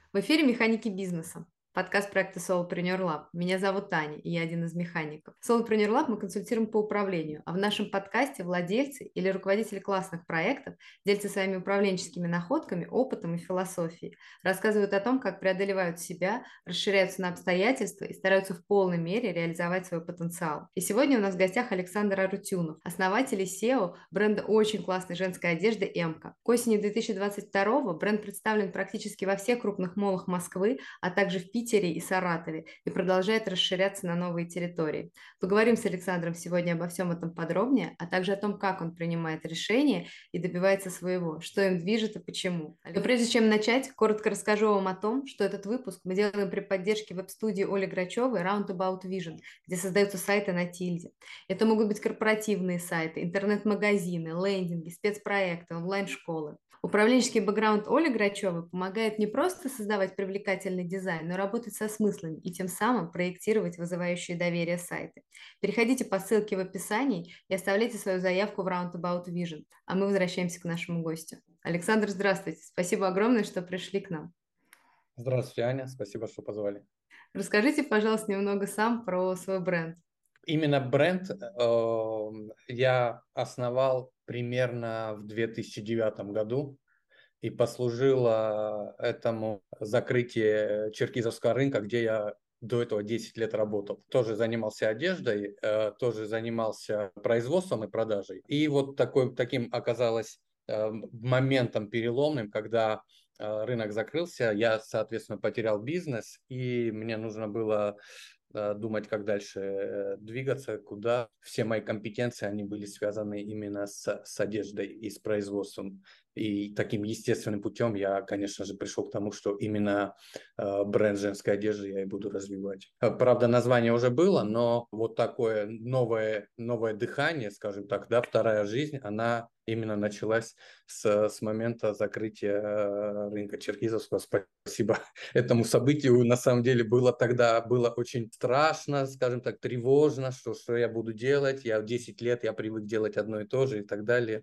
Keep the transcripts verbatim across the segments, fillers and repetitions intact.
В эфире «Механики бизнеса». Подкаст проекта Solopreneur Lab. Меня зовут Таня, и я один из механиков. В Solopreneur Lab мы консультируем по управлению, а в нашем подкасте владельцы или руководители классных проектов делятся своими управленческими находками, опытом и философией, рассказывают о том, как преодолевают себя, расширяются на обстоятельства и стараются в полной мере реализовать свой потенциал. И сегодня у нас в гостях Александр Арутюнов, основатель и сео бренда очень классной женской одежды «Эмка». К осени две тысячи двадцать второго бренд представлен практически во всех крупных молах Москвы, а также в Питере и Саратове, и продолжает расширяться на новые территории. Поговорим с Александром сегодня обо всем этом подробнее, а также о том, как он принимает решения и добивается своего, что им движет и почему. Но прежде чем начать, коротко расскажу вам о том, что этот выпуск мы делаем при поддержке веб-студии Оли Грачевой Roundabout Vision, где создаются сайты на Тильде. Это могут быть корпоративные сайты, интернет-магазины, лендинги, спецпроекты, онлайн-школы. Управленческий бэкграунд Оли Грачевой помогает не просто создавать привлекательный дизайн, но работать со смыслами и тем самым проектировать вызывающие доверие сайты. Переходите по ссылке в описании и оставляйте свою заявку в Roundabout Vision, а мы возвращаемся к нашему гостю. Александр, здравствуйте. Спасибо огромное, что пришли к нам. Здравствуйте, Аня. Спасибо, что позвали. Расскажите, пожалуйста, немного сам про свой бренд. Именно бренд э, я основал примерно в две тысячи девятом году, и послужило этому закрытие черкизовского рынка, где я до этого десять лет работал. Тоже занимался одеждой, э, тоже занимался производством и продажей. И вот такой, таким оказалось э, моментом переломным, когда э, рынок закрылся, я, соответственно, потерял бизнес, и мне нужно было э, думать, как дальше э, двигаться, куда. Все мои компетенции, они были связаны именно с, с одеждой и с производством. И таким естественным путем я, конечно же, пришел к тому, что именно э, бренд женской одежды я и буду развивать. Э, Правда, название уже было, но вот такое новое, новое дыхание, скажем так, да, вторая жизнь, она именно началась с, с момента закрытия э, рынка черкизовского. Спасибо этому событию. На самом деле было тогда было очень страшно, скажем так, тревожно, что, что я буду делать. Я в десять лет я привык делать одно и то же и так далее.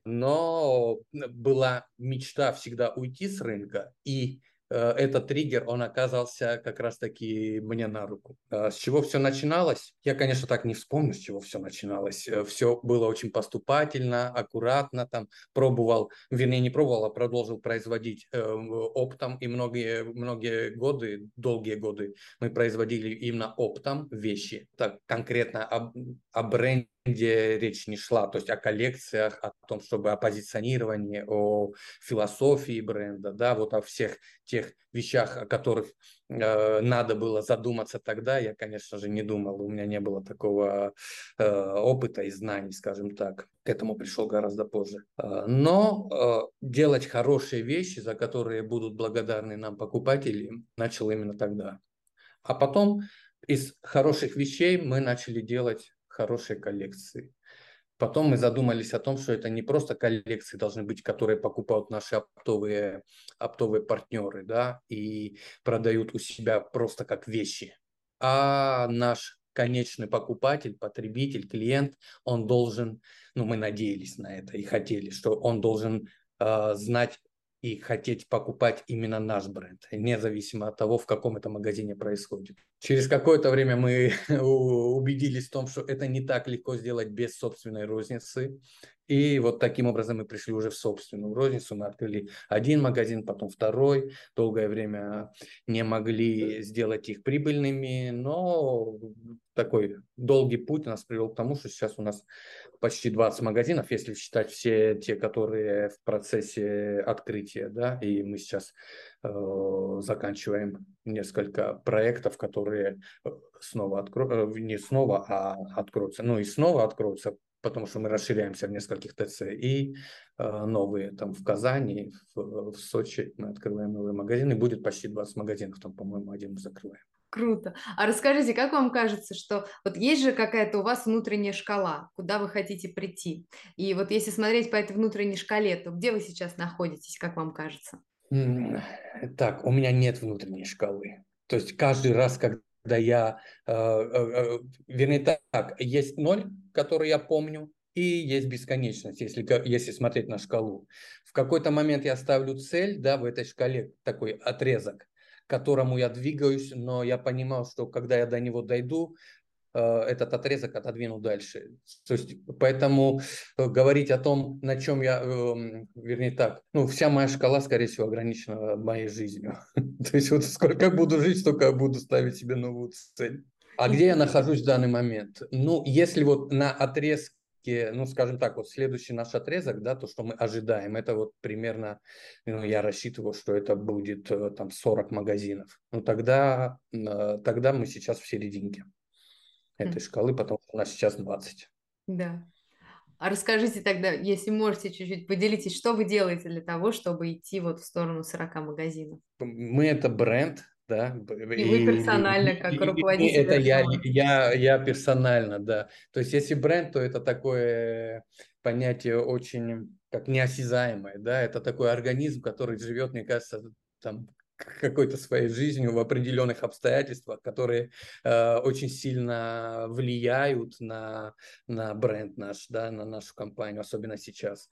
Но была мечта всегда уйти с рынка, и э, этот триггер, он оказался как раз-таки мне на руку. Э, с чего все начиналось? Я, конечно, так не вспомню, с чего все начиналось. Все было очень поступательно, аккуратно, там пробовал, вернее, не пробовал, а продолжил производить э, оптом, и многие, многие годы, долгие годы мы производили именно оптом вещи. Так конкретно о, о бренде речь не шла, то есть о коллекциях, о том, чтобы о позиционировании, о философии бренда, да, вот о всех тех вещах, о которых э, надо было задуматься тогда, я, конечно же, не думал, у меня не было такого э, опыта и знаний, скажем так, к этому пришел гораздо позже. Э, но э, делать хорошие вещи, за которые будут благодарны нам покупатели, начал именно тогда. А потом из хороших вещей мы начали делать хорошие коллекции. Потом мы задумались о том, что это не просто коллекции должны быть, которые покупают наши оптовые, оптовые партнеры, да, и продают у себя просто как вещи, а наш конечный покупатель, потребитель, клиент, он должен, ну, мы надеялись на это и хотели, что он должен э, знать и хотеть покупать именно наш бренд, независимо от того, в каком это магазине происходит. Через какое-то время мы убедились в том, что это не так легко сделать без собственной розницы. И вот таким образом мы пришли уже в собственную розницу. Мы открыли один магазин, потом второй. Долгое время не могли сделать их прибыльными, но такой долгий путь нас привел к тому, что сейчас у нас почти двадцать магазинов, если считать все те, которые в процессе открытия, да, и мы сейчас э, заканчиваем несколько проектов, которые снова откроются, не снова, а откроются, ну и снова откроются, потому что мы расширяемся в нескольких ТЦ, и э, новые там в Казани, в, в Сочи мы открываем новые магазины, будет почти двадцать магазинов, там, по-моему, один мы закрываем. Круто. А расскажите, как вам кажется, что вот есть же какая-то у вас внутренняя шкала, куда вы хотите прийти? И вот если смотреть по этой внутренней шкале, то где вы сейчас находитесь, как вам кажется? М, Так, у меня нет внутренней шкалы. То есть каждый раз, когда я, э, э, э, вернее так, есть ноль, который я помню, и есть бесконечность, если, ка- если смотреть на шкалу. В какой-то момент я ставлю цель, да, в этой шкале такой отрезок, к которому я двигаюсь, но я понимал, что когда я до него дойду, этот отрезок отодвину дальше. То есть, поэтому говорить о том, на чем я, вернее так, ну, вся моя шкала, скорее всего, ограничена моей жизнью. То есть, вот сколько буду жить, столько буду ставить себе новую цель. А где я нахожусь в данный момент? Ну, если вот на отрезке, ну, скажем так, вот следующий наш отрезок, да, то, что мы ожидаем, это вот примерно, ну, я рассчитываю, что это будет там сорок магазинов. Ну, тогда, тогда мы сейчас в серединке этой шкалы, потому что у нас сейчас двадцать. Да. А расскажите тогда, если можете чуть-чуть поделитесь, что вы делаете для того, чтобы идти вот в сторону сорока магазинов? Мы это бренд, да, И вы или, персонально, как или руководитель это я, этого. я, я персонально, да. То есть если бренд, то это такое понятие очень как неосязаемое, да, это такой организм, который живет, мне кажется, там какой-то своей жизнью в определенных обстоятельствах, которые э, очень сильно влияют на, на бренд наш, да, на нашу компанию, особенно сейчас.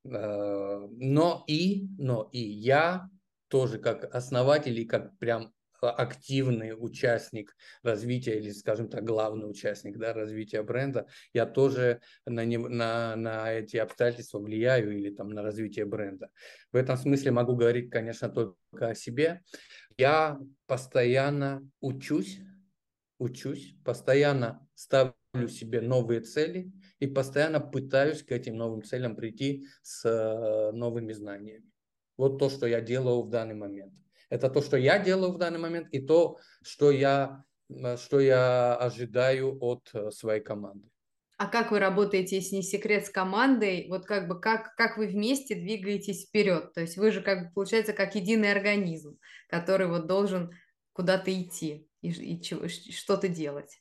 Э, но и, но и я тоже как основатель и как прям активный участник развития или, скажем так, главный участник, да, развития бренда, я тоже на, не, на, на эти обстоятельства влияю или там на развитие бренда. В этом смысле могу говорить, конечно, только о себе. Я постоянно учусь, учусь, постоянно ставлю себе новые цели и постоянно пытаюсь к этим новым целям прийти с новыми знаниями. Вот то, что я делаю в данный момент. Это то, что я делаю в данный момент, и то, что я, что я ожидаю от своей команды. А как вы работаете, если не секрет, с командой? Вот как бы как, как вы вместе двигаетесь вперед? То есть вы же как бы получается как единый организм, который вот должен куда-то идти и, и чего- что-то делать.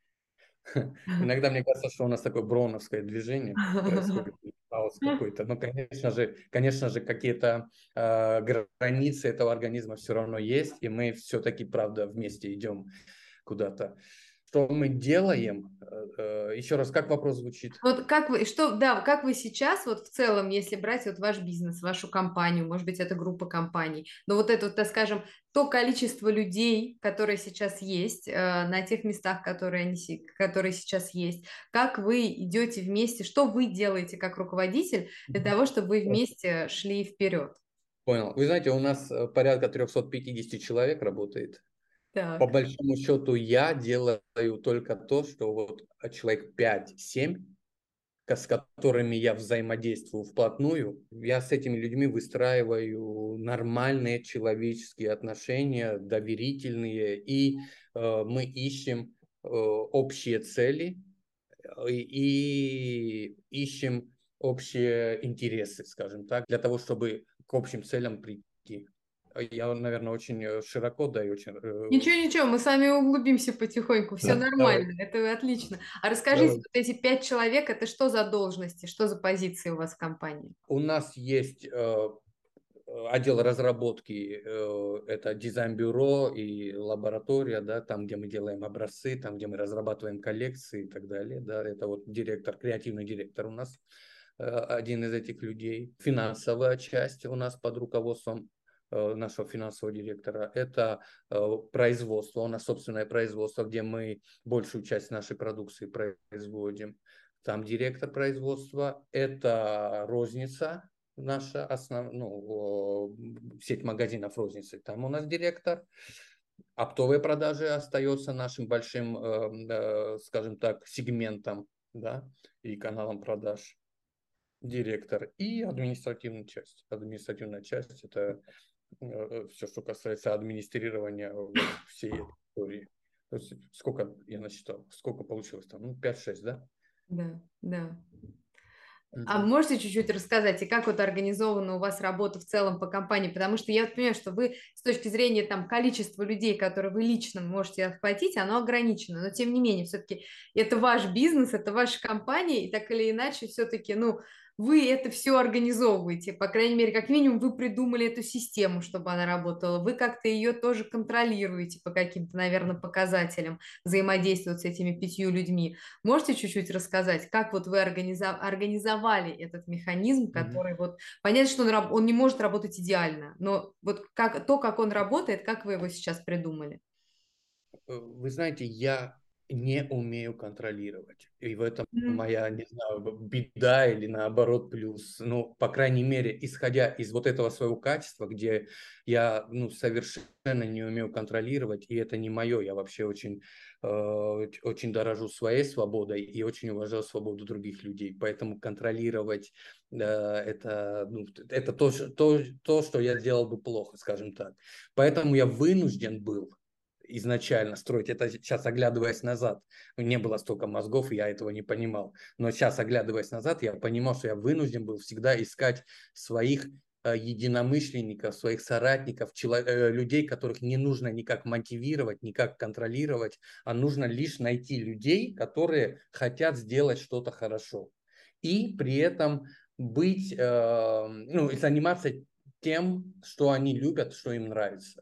Иногда мне кажется, что у нас такое броуновское движение происходит, хаос какой-то. Но, конечно же, конечно же, какие-то э, границы этого организма все равно есть, и мы все-таки, правда, вместе идем куда-то. Что мы делаем? Э, э, еще раз, как вопрос звучит? Вот как вы, что, да, как вы сейчас, вот в целом, если брать вот ваш бизнес, вашу компанию, может быть, это группа компаний, но вот это, вот, так скажем, то количество людей, которые сейчас есть, э, на тех местах, которые, они, се- которые сейчас есть, как вы идете вместе, что вы делаете как руководитель для того, чтобы вы вместе шли вперед? Понял. Вы знаете, у нас э, порядка триста пятьдесят человек работает. По Так. большому счету я делаю только то, что вот человек пять-семь, с которыми я взаимодействую вплотную, я с этими людьми выстраиваю нормальные человеческие отношения, доверительные, и э, мы ищем э, общие цели э, и ищем общие интересы, скажем так, для того, чтобы к общим целям прийти. Я, наверное, очень э, широко, да, и очень... Ничего, э, ничего, мы с вами углубимся потихоньку, все да, давай, нормально, это отлично. А расскажите, давай. вот эти пять человек, это что за должности, что за позиции у вас в компании? У нас есть э, отдел разработки, э, это дизайн-бюро и лаборатория, да, там, где мы делаем образцы, там, где мы разрабатываем коллекции и так далее, да, это вот директор, креативный директор у нас, э, один из этих людей. Финансовая часть у нас под руководством э, нашего финансового директора, это э, производство, у нас собственное производство, где мы большую часть нашей продукции производим. Там директор производства, это розница, наша основ, ну, сеть магазинов розницы, там у нас директор. Оптовые продажи остается нашим большим, э, э, скажем так, сегментом, да, и каналом продаж. Директор и административная часть. Административная часть – это э, все, что касается администрирования вот всей этой истории. То есть сколько я насчитал, сколько получилось там? Ну, пять-шесть, да? Да, да. А Мгм. можете чуть-чуть рассказать, и как вот организована у вас работа в целом по компании? Потому что я вот понимаю, что вы с точки зрения там количества людей, которые вы лично можете охватить, оно ограничено, но тем не менее, все-таки это ваш бизнес, это ваша компания, и так или иначе все-таки, ну, вы это все организовываете, по крайней мере, как минимум вы придумали эту систему, чтобы она работала, вы как-то ее тоже контролируете по каким-то, наверное, показателям, взаимодействовать с этими пятью людьми. Можете чуть-чуть рассказать, как вот вы организа- организовали этот механизм, Мгм. который вот, понятно, что он, раб- он не может работать идеально, но вот как, то, как он работает, как вы его сейчас придумали? Э, Вы знаете, я не умею контролировать. И в этом М. моя, не знаю, б- беда или наоборот плюс. Ну, по крайней мере, исходя из вот этого своего качества, где я, ну, совершенно не умею контролировать, и это не мое. Я вообще очень, э, оч- очень дорожу своей свободой и очень уважаю свободу других людей. Поэтому контролировать э, это, ну, это то, ш- то, то, что я сделал бы плохо, скажем так. Поэтому я вынужден был изначально строить. Это сейчас, оглядываясь назад, не было столько мозгов, и я этого не понимал. Но сейчас, оглядываясь назад, я понимал, что я вынужден был всегда искать своих э, единомышленников, своих соратников, чело- э, людей, которых не нужно никак мотивировать, никак контролировать, а нужно лишь найти людей, которые хотят сделать что-то хорошо. И при этом быть, э, ну, и заниматься тем, что они любят, что им нравится.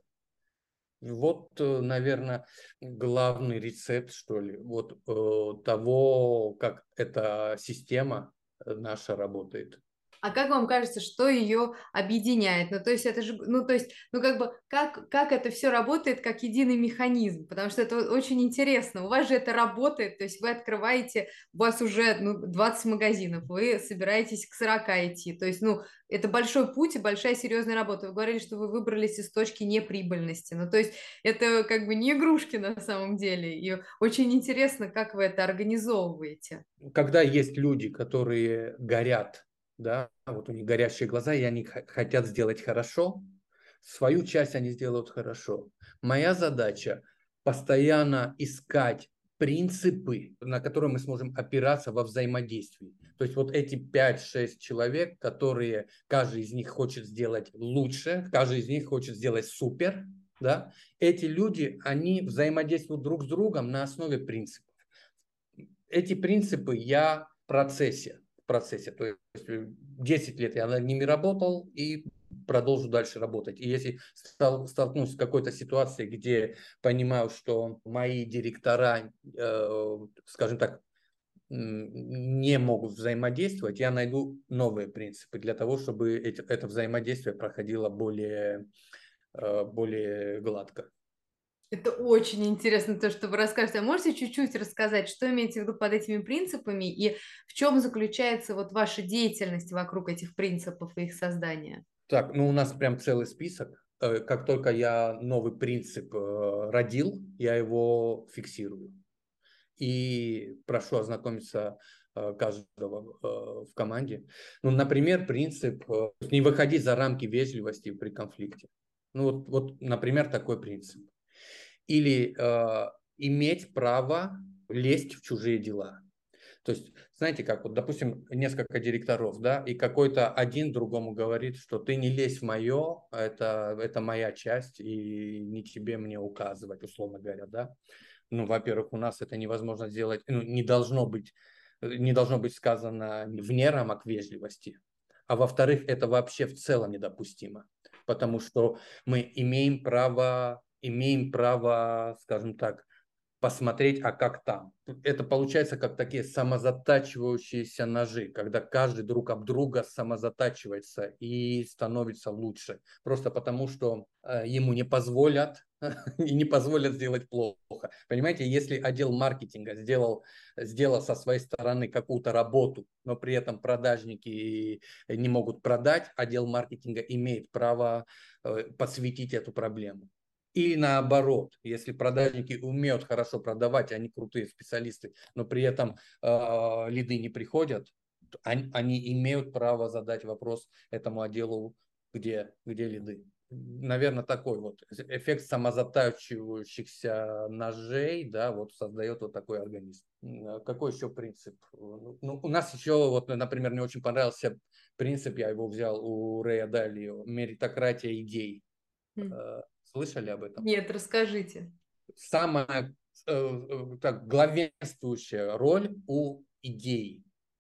Вот, наверное, главный рецепт, что ли, вот э, того, как эта система э, наша работает. А как вам кажется, что ее объединяет? Ну, то есть это же, ну, то есть, ну, как бы, как, как это все работает как единый механизм? Потому что это очень интересно. У вас же это работает, то есть вы открываете, у вас уже, ну, двадцать магазинов, вы собираетесь к сорока идти. То есть, ну, это большой путь и большая серьезная работа. Вы говорили, что вы выбрались из точки неприбыльности. Ну, то есть это как бы не игрушки на самом деле. И очень интересно, как вы это организовываете. Когда есть люди, которые горят, да, вот у них горящие глаза, и они х- хотят сделать хорошо, свою часть они сделают хорошо. Моя задача постоянно искать принципы, на которые мы сможем опираться во взаимодействии. То есть вот эти пять-шесть человек, которые, каждый из них хочет сделать лучше, каждый из них хочет сделать супер, да, эти люди, они взаимодействуют друг с другом на основе принципов. Эти принципы я в процессе, в процессе, то есть десять лет я над ними работал и продолжу дальше работать. И если стал, столкнусь с какой-то ситуацией, где понимаю, что мои директора, э, скажем так, не могут взаимодействовать, я найду новые принципы для того, чтобы эти, это взаимодействие проходило более, э, более гладко. Это очень интересно, то, что вы расскажете. А можете чуть-чуть рассказать, что имеете в виду под этими принципами и в чем заключается вот ваша деятельность вокруг этих принципов и их создания? Так, ну у нас прям целый список. Э, Как только я новый принцип э, родил, я его фиксирую. И прошу ознакомиться э, каждого э, в команде. Ну, например, принцип э, не выходить за рамки вежливости при конфликте. Ну, вот, вот например, такой принцип. Или э, иметь право лезть в чужие дела. То есть, знаете, как вот, допустим, несколько директоров, да, и какой-то один другому говорит, что ты не лезь в мое, это, это моя часть, и не тебе мне указывать, условно говоря, да. Ну, во-первых, у нас это невозможно сделать, ну, не должно быть, не должно быть сказано вне рамок вежливости. А во-вторых, это вообще в целом недопустимо, потому что мы имеем право, имеем право, скажем так, посмотреть, а как там. Это получается как такие самозатачивающиеся ножи, когда каждый друг об друга самозатачивается и становится лучше. Просто потому, что э, ему не позволят и не позволят сделать плохо. Понимаете, если отдел маркетинга сделал, сделал со своей стороны какую-то работу, но при этом продажники не могут продать, отдел маркетинга имеет право э, подсветить эту проблему. И наоборот, если продажники умеют хорошо продавать, они крутые специалисты, но при этом э, лиды не приходят, они, они имеют право задать вопрос этому отделу, где, где лиды. Наверное, такой вот эффект самозатачивающихся ножей, да, вот создает вот такой организм. Какой еще принцип? Ну, у нас еще, вот, например, мне очень понравился принцип, я его взял у Рэя Далио, меритократия идей. М. Э, Слышали об этом? Нет, расскажите. Самая э, э, так, главенствующая роль у идей.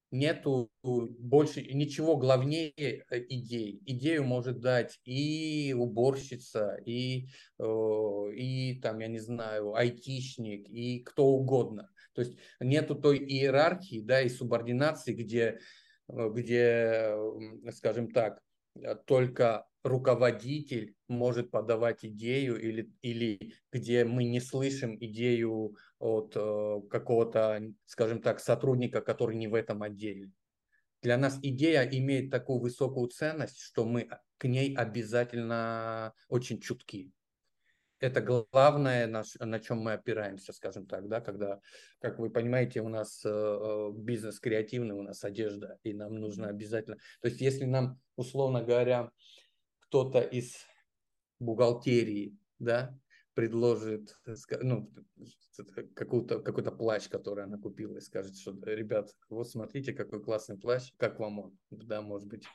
Нету больше ничего главнее э, идей. Идею может дать и уборщица, и, э, и там, я не знаю, айтишник, и кто угодно. То есть нету той иерархии, да, и субординации, где, э, где, м, скажем так, э, только руководитель может подавать идею, или, или где мы не слышим идею от э, какого-то, скажем так, сотрудника, который не в этом отделе. Для нас идея имеет такую высокую ценность, что мы к ней обязательно очень чутки. Это главное, на, на чем мы опираемся, скажем так, да, когда, как вы понимаете, у нас э, бизнес креативный, у нас одежда, и нам нужно обязательно. То есть, если нам, условно говоря, кто-то из бухгалтерии, да, предложит, ну, какой-то какой-то плащ, который она купила, и скажет, что, ребят, вот смотрите, какой классный плащ, как вам он, да, может быть,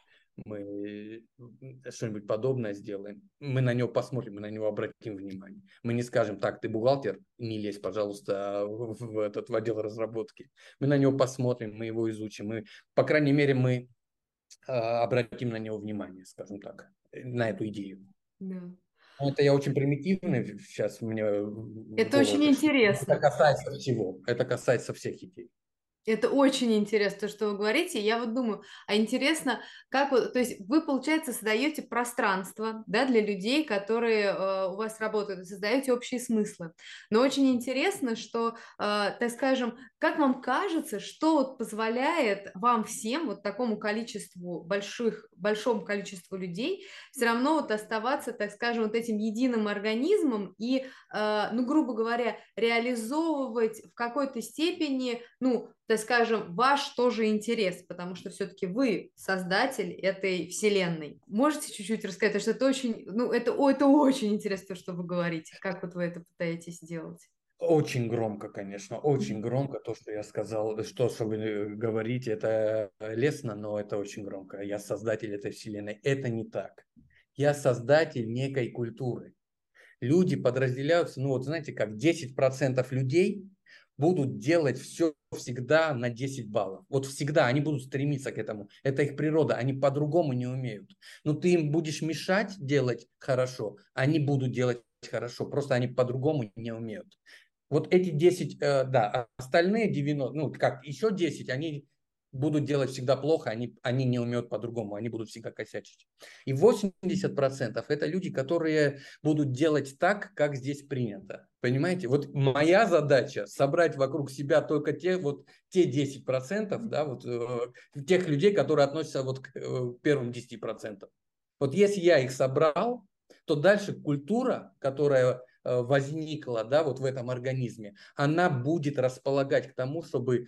мы что-нибудь подобное сделаем, мы на него посмотрим, мы на него обратим внимание. Мы не скажем, так, ты бухгалтер, не лезь, пожалуйста, в, этот, в отдел разработки. Мы на него посмотрим, мы его изучим, мы, по крайней мере, мы э, обратим на него внимание, скажем так, на эту идею. Да. Ну, это я очень примитивный сейчас мне в Это голову очень пришло. Это интересно. касается всего. Это касается всех идей. Это очень интересно, то, что вы говорите. Я вот думаю, а интересно, как вот, то есть вы, получается, создаете пространство, да, для людей, которые э, у вас работают, создаете общие смыслы. Но очень интересно, что, э, так скажем, как вам кажется, что вот позволяет вам всем, вот такому количеству больших, большому количеству людей, все равно вот оставаться, так скажем, вот этим единым организмом и, э, ну, грубо говоря, реализовывать в какой-то степени, ну, так скажем, ваш тоже интерес, потому что все-таки вы создатель этой вселенной. Можете чуть-чуть рассказать, потому что это очень, ну, это, о, это очень интересно, то, что вы говорите. Как вот вы это пытаетесь сделать? Очень громко, конечно, очень громко то, что я сказал, что, что вы говорите, это лестно, но это очень громко. Я создатель этой вселенной. Это не так. Я создатель некой культуры. Люди подразделяются, ну вот знаете, как десять процентов людей будут делать все всегда на десять баллов. Вот всегда они будут стремиться к этому. Это их природа, они по-другому не умеют. Но ты им будешь мешать делать хорошо, они будут делать хорошо, просто они по-другому не умеют. Вот эти десять, э, да, а остальные девяносто, ну как, еще десять, они будут делать всегда плохо, они, они не умеют по-другому, они будут всегда косячить. И восемьдесят процентов это люди, которые будут делать так, как здесь принято. Понимаете? Вот моя задача собрать вокруг себя только те, вот, те десять процентов, да, вот, э, тех людей, которые относятся вот к э, первым десяти процентам. Вот если я их собрал, то дальше культура, которая э, возникла, да, вот в этом организме, она будет располагать к тому, чтобы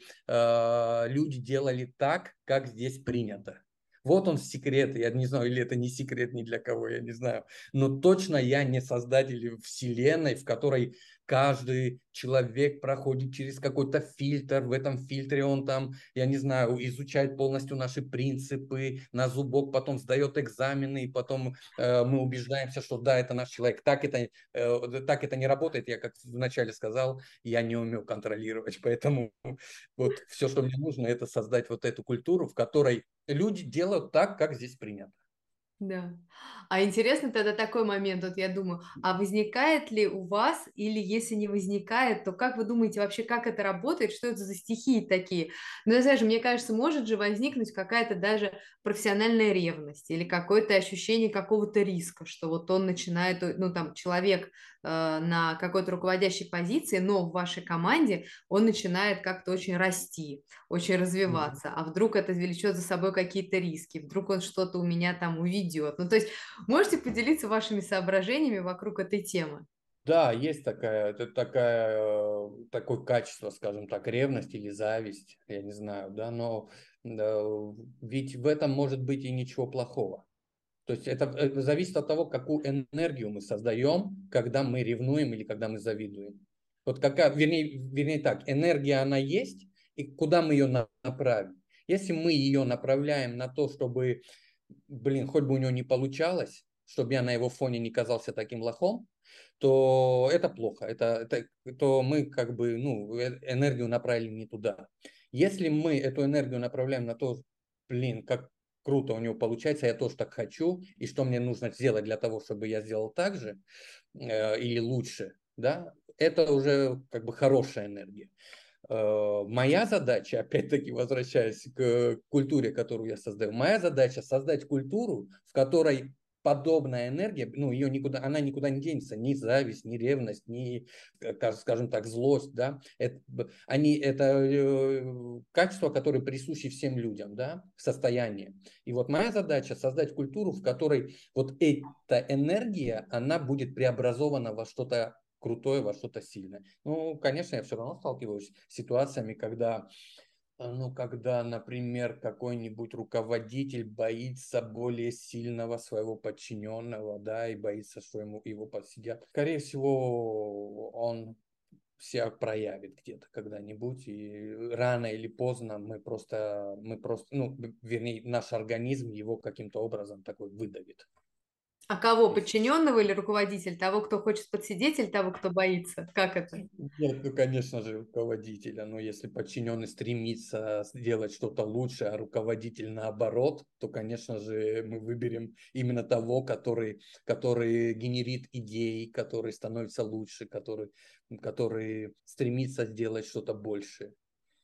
э, люди делали так, как здесь принято. Вот он секрет, я не знаю, или это не секрет ни для кого, я не знаю. Но точно я не создатель вселенной, в которой каждый человек проходит через какой-то фильтр, в этом фильтре он там, я не знаю, изучает полностью наши принципы, на зубок потом сдает экзамены, и потом э, мы убеждаемся, что да, это наш человек. Так это, э, так это не работает, я как вначале сказал, я не умею контролировать, поэтому вот все, что мне нужно, это создать вот эту культуру, в которой люди делают так, как здесь принято. Да. А интересно тогда такой момент, вот я думаю, а возникает ли у вас, или если не возникает, то как вы думаете вообще, как это работает, что это за стихии такие? Ну, знаешь, мне кажется, может же возникнуть какая-то даже профессиональная ревность или какое-то ощущение какого-то риска, что вот он начинает, ну, там, человек э, на какой-то руководящей позиции, но в вашей команде он начинает как-то очень расти, очень Мгм. развиваться, а вдруг это влечет за собой какие-то риски, вдруг он что-то у меня там уведет. Ну, то есть можете поделиться вашими соображениями вокруг этой темы? Да, есть такая, это такая, э, такое качество, скажем так, ревность или зависть, я не знаю, да, но да, ведь в этом может быть и ничего плохого. То есть это э, зависит от того, какую энергию мы создаем, когда мы ревнуем или когда мы завидуем. Вот какая, вернее, вернее так, энергия она есть, и куда мы ее на- направим. Если мы ее направляем на то, чтобы, блин, хоть бы у него не получалось, чтобы я на его фоне не казался таким лохом, то это плохо. Это, это, то мы как бы ну, э- энергию направили не туда. Если мы эту энергию направляем на то, блин, как круто у него получается, я тоже так хочу, и что мне нужно сделать для того, чтобы я сделал так же э, или лучше, да, это уже как бы хорошая энергия. Э, моя задача, опять-таки возвращаясь к культуре, которую я создаю, моя задача создать культуру, в которой подобная энергия, ну, ее никуда, она никуда не денется, ни зависть, ни ревность, ни, скажем так, злость, да, это, они, это э, качества, которые присущи всем людям, да, в состоянии. И вот моя задача создать культуру, в которой вот эта энергия, она будет преобразована во что-то крутое, во что-то сильное. Ну, конечно, я все равно сталкиваюсь с ситуациями, когда, ну, когда, например, какой-нибудь руководитель боится более сильного своего подчиненного, да, и боится, что ему его подсидят. Скорее всего, он себя проявит где-то когда-нибудь, и рано или поздно мы просто, мы просто, ну, вернее, наш организм его каким-то образом такой выдавит. А кого? То есть Подчиненного или руководитель? Того, кто хочет подсидеть, или того, кто боится? Как это? нет, ну, конечно же, руководителя. Но если подчиненный стремится сделать что-то лучше, а руководитель наоборот, то, конечно же, мы выберем именно того, который, который генерит идеи, который становится лучше, который, который стремится сделать что-то большее.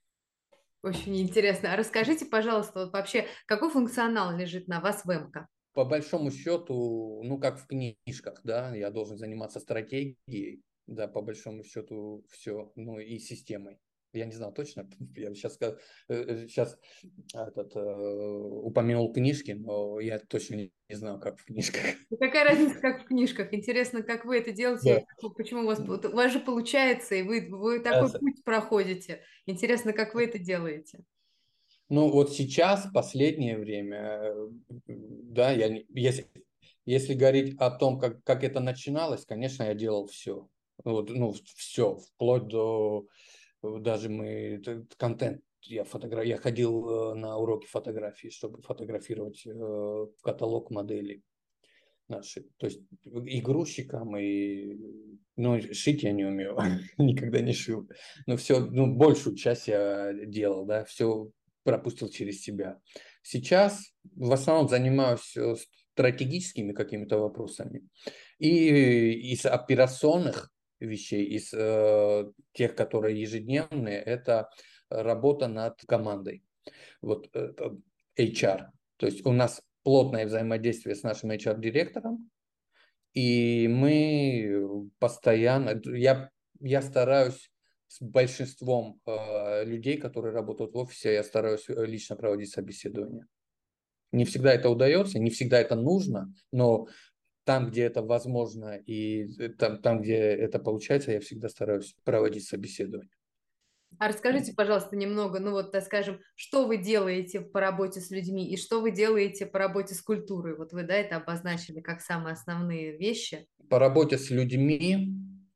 Очень интересно. А расскажите, пожалуйста, вот вообще, какой функционал лежит на вас в МК? По большому счету, ну, как в книжках, да, я должен заниматься стратегией, да, по большому счету все, ну, и системой. Я не знал точно, я сейчас, сейчас этот, э, упомянул книжки, но я точно не, не знаю, как в книжках. Ну, какая разница, как в книжках? Интересно, как вы это делаете, Да. и как- почему у вас, вот у вас же получается, и вы, вы такой Сейчас. путь проходите. Интересно, как вы это делаете? Ну, вот сейчас, последнее время, э, да, я, не- если, если говорить о том, как, как это начиналось, конечно, я делал все. Вот, ну, все, вплоть до даже мы т- контент. Я, фотогра... я ходил э, на уроки фотографии, чтобы фотографировать э, каталог моделей наших. То есть и грузчикам, и... Ну, шить я не умею, никогда не шил. Но все, ну, большую часть я делал, да, все пропустил через себя. Сейчас в основном занимаюсь э, стратегическими какими-то вопросами. И из операционных вещей, из э, тех, которые ежедневные, это работа над командой. Вот э, эйч ар. То есть у нас плотное взаимодействие с нашим эйч ар-директором, и мы постоянно, я, я стараюсь с большинством э, людей, которые работают в офисе, я стараюсь э, лично проводить собеседование. Не всегда это удается, не всегда это нужно, но там, где это возможно, и там, там, где это получается, я всегда стараюсь проводить собеседование. А расскажите, пожалуйста, немного, ну вот, так скажем, что вы делаете по работе с людьми и что вы делаете по работе с культурой? Вот вы, да, это обозначили как самые основные вещи. По работе с людьми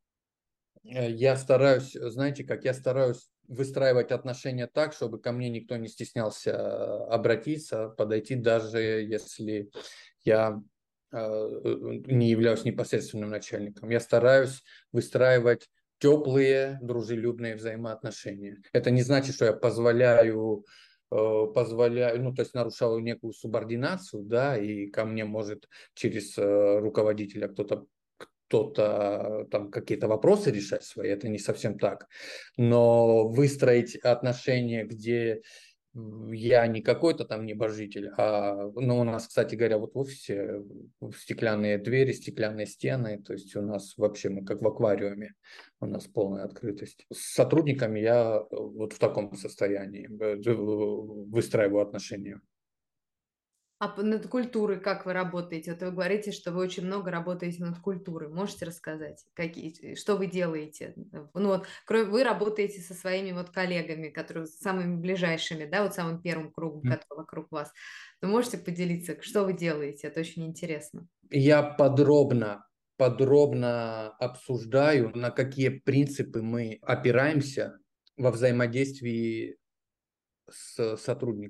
э, я стараюсь, знаете, как я стараюсь выстраивать отношения так, чтобы ко мне никто не стеснялся э, обратиться, подойти, даже если я э, не являюсь непосредственным начальником. Я стараюсь выстраивать теплые, дружелюбные взаимоотношения. Это не значит, что я позволяю, э, позволяю, ну, то есть нарушаю некую субординацию, да, и ко мне может через э, руководителя кто-то кто-то там какие-то вопросы решать свои, это не совсем так. Но выстроить отношения, где я не какой-то там небожитель, а, ну, у нас, кстати говоря, вот в офисе стеклянные двери, стеклянные стены, то есть у нас вообще мы как в аквариуме, у нас полная открытость. С сотрудниками я вот в таком состоянии э, выстраиваю отношения. А п- над культурой как вы работаете? Вот вы говорите, что вы очень много работаете над культурой. Можете рассказать, какие, что вы делаете? Ну вот, кроме, вы работаете со своими вот коллегами, которые самыми ближайшими, да, вот самым первым кругом, который вокруг вас. Вы можете поделиться, что вы делаете? Это очень интересно. Я подробно, подробно обсуждаю, на какие принципы мы опираемся во взаимодействии с сотрудниками.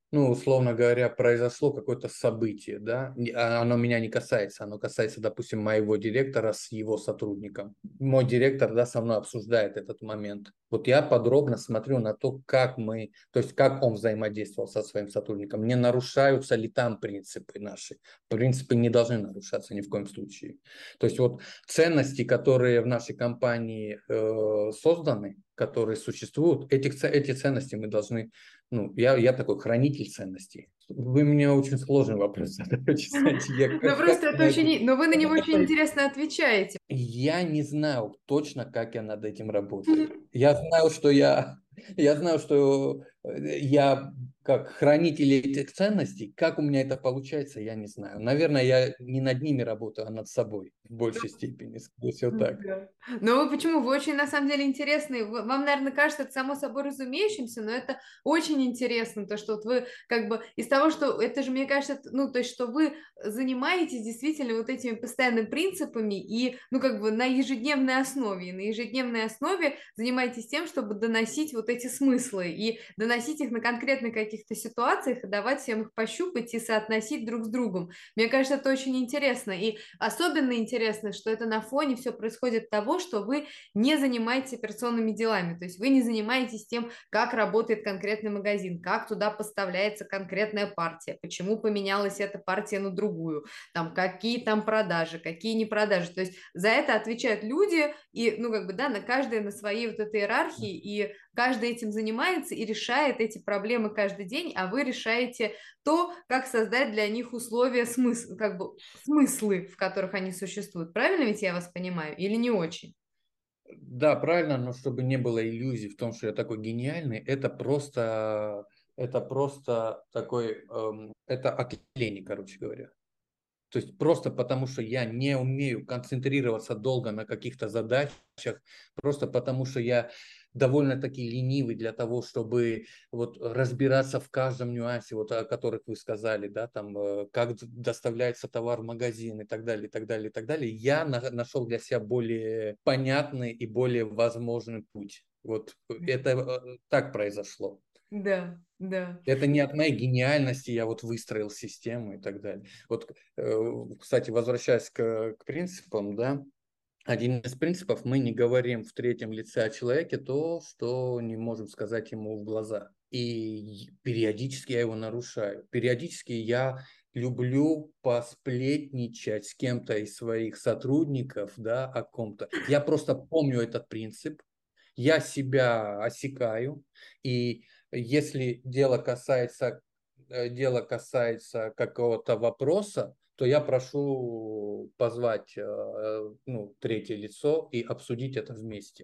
ну, условно говоря, произошло какое-то событие, да, не- а оно меня не касается, оно касается, допустим, моего директора с его сотрудником. Мой директор, да, со мной обсуждает этот момент. Вот я подробно смотрю на то, как мы, то есть как он взаимодействовал со своим сотрудником, не нарушаются ли там принципы наши. Принципы не должны нарушаться ни в коем случае. То есть вот ценности, которые в нашей компании э, созданы, которые существуют, этих, ц- эти ценности мы должны, ну, я, я такой хранитель ценностей. Вы мне очень сложный вопрос задаете, знаете, я Ну, как, как просто это на это- очень... Но вы на него очень интересно отвечаете. Я не знаю точно, как я над этим работаю. Я знаю, что я, я знаю, что э, я как хранитель этих ценностей, как у меня это получается, я не знаю. Наверное, я не над ними работаю, а над собой в большей степени, скорее всего так. Да. Но вы почему? Вы очень, на самом деле, интересны. Вы- Вам, наверное, кажется это само собой разумеющимся, но это очень интересно, то, что вот вы как бы из того, что это же, мне кажется, это, ну, то есть, что вы занимаетесь действительно вот этими постоянными принципами и, ну, как бы на ежедневной основе, и на ежедневной основе занимаетесь тем, чтобы доносить вот эти смыслы и доносить их на конкретных каких-то ситуациях, и давать всем их пощупать и соотносить друг с другом. Мне кажется, это очень интересно. И особенно интересно, что это на фоне все происходит того, что вы не занимаетесь операционными делами, то есть вы не занимаетесь тем, как работает конкретный магазин, как туда поставляется конкретная партия, почему поменялась эта партия на другую, там, какие там продажи, какие не продажи. То есть за это отвечают люди, и, ну, как бы, да, на каждой на своей вот этой иерархии, и каждый этим занимается и решает эти проблемы каждый день, а вы решаете то, как создать для них условия, смысл, как бы смыслы, в которых они существуют. Правильно ведь я вас понимаю или не очень? Да, правильно, но чтобы не было иллюзий в том, что я такой гениальный, это просто, это просто такой, эм, это от лени, короче говоря. То есть просто потому, что я не умею концентрироваться долго на каких-то задачах, просто потому, что я довольно-таки ленивый для того, чтобы вот разбираться в каждом нюансе, вот о которых вы сказали, да, там, э, как д- доставляется товар в магазин и так далее, и так далее, и так далее. Я на- нашел для себя более понятный и более возможный путь. Вот это э, так произошло. Да, да, Это не от моей гениальности, я вот выстроил систему и так далее. Вот, э, кстати, возвращаясь к, к принципам, да, один из принципов: мы не говорим в третьем лице о человеке то, что не можем сказать ему в глаза. И периодически я его нарушаю. Периодически я люблю посплетничать с кем-то из своих сотрудников, да, о ком-то. Я просто помню этот принцип, я себя осекаю, и если дело касается, э, дело касается какого-то вопроса, то я прошу позвать э, ну, третье лицо и обсудить это вместе.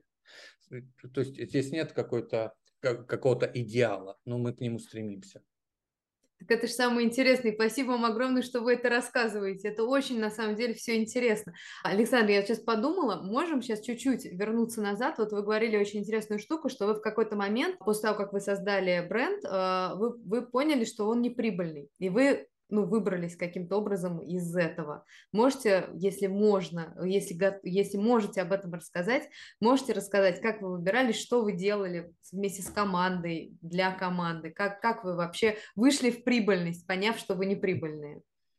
То есть здесь нет какой-то, как- какого-то идеала, но мы к нему стремимся. так это же самое интересное. И спасибо вам огромное, что вы это рассказываете. Это очень, на самом деле, все интересно. Александр, я сейчас подумала, можем сейчас чуть-чуть вернуться назад. Вот вы говорили очень интересную штуку, что вы в какой-то момент, после того, как вы создали бренд, э, вы, вы поняли, что он не прибыльный. И вы, ну, выбрались каким-то образом из этого. Можете, если можно, если, го- если можете об этом рассказать, можете рассказать, как вы выбирались, что вы делали вместе с командой, для команды, как, как вы вообще вышли в прибыльность, поняв, что вы не прибыльные?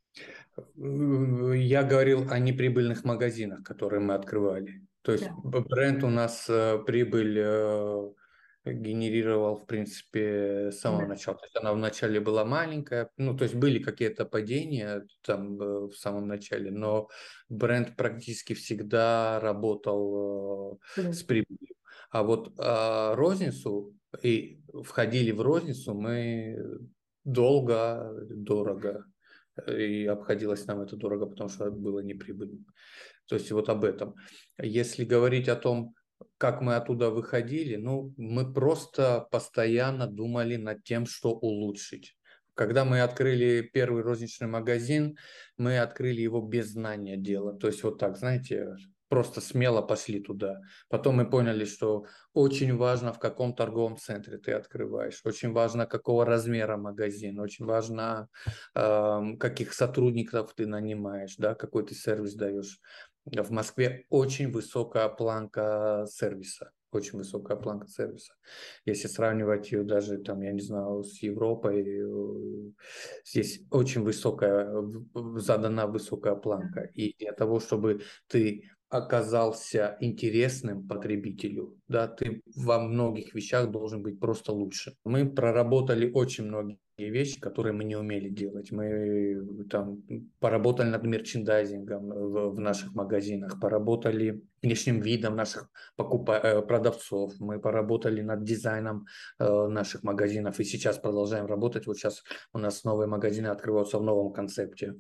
Я говорил о неприбыльных магазинах, которые мы открывали. То есть Да. б- бренд у нас э, прибыль э, генерировал, в принципе, с самого Да. начала. То есть она вначале была маленькая, ну, то есть были какие-то падения там э, в самом начале, но бренд практически всегда работал э, с Плюс. прибылью. А вот э, розницу и входили в розницу мы долго, дорого. И обходилось нам это дорого, потому что было неприбыльно. То есть вот об этом. Если говорить о том, как мы оттуда выходили, ну, мы просто постоянно думали над тем, что улучшить. Когда мы открыли первый розничный магазин, мы открыли его без знания дела. То есть вот так, знаете, просто смело пошли туда. Потом мы поняли, что очень важно, в каком торговом центре ты открываешь, очень важно, какого размера магазин, очень важно, эм, каких сотрудников ты нанимаешь, да, какой ты сервис даешь. В Москве очень высокая планка сервиса, очень высокая планка сервиса. Если сравнивать ее даже, там, я не знаю, с Европой, э, здесь очень высокая, в- задана высокая планка. И для того, чтобы ты оказался интересным потребителю, да, ты во многих вещах должен быть просто лучше. Мы проработали очень многие вещи, которые мы не умели делать. Мы там поработали над мерчендайзингом в, в наших магазинах, поработали внешним видом наших покупа- э, продавцов, мы поработали над дизайном э, наших магазинов и сейчас продолжаем работать. Вот сейчас у нас новые магазины открываются в новом концепте.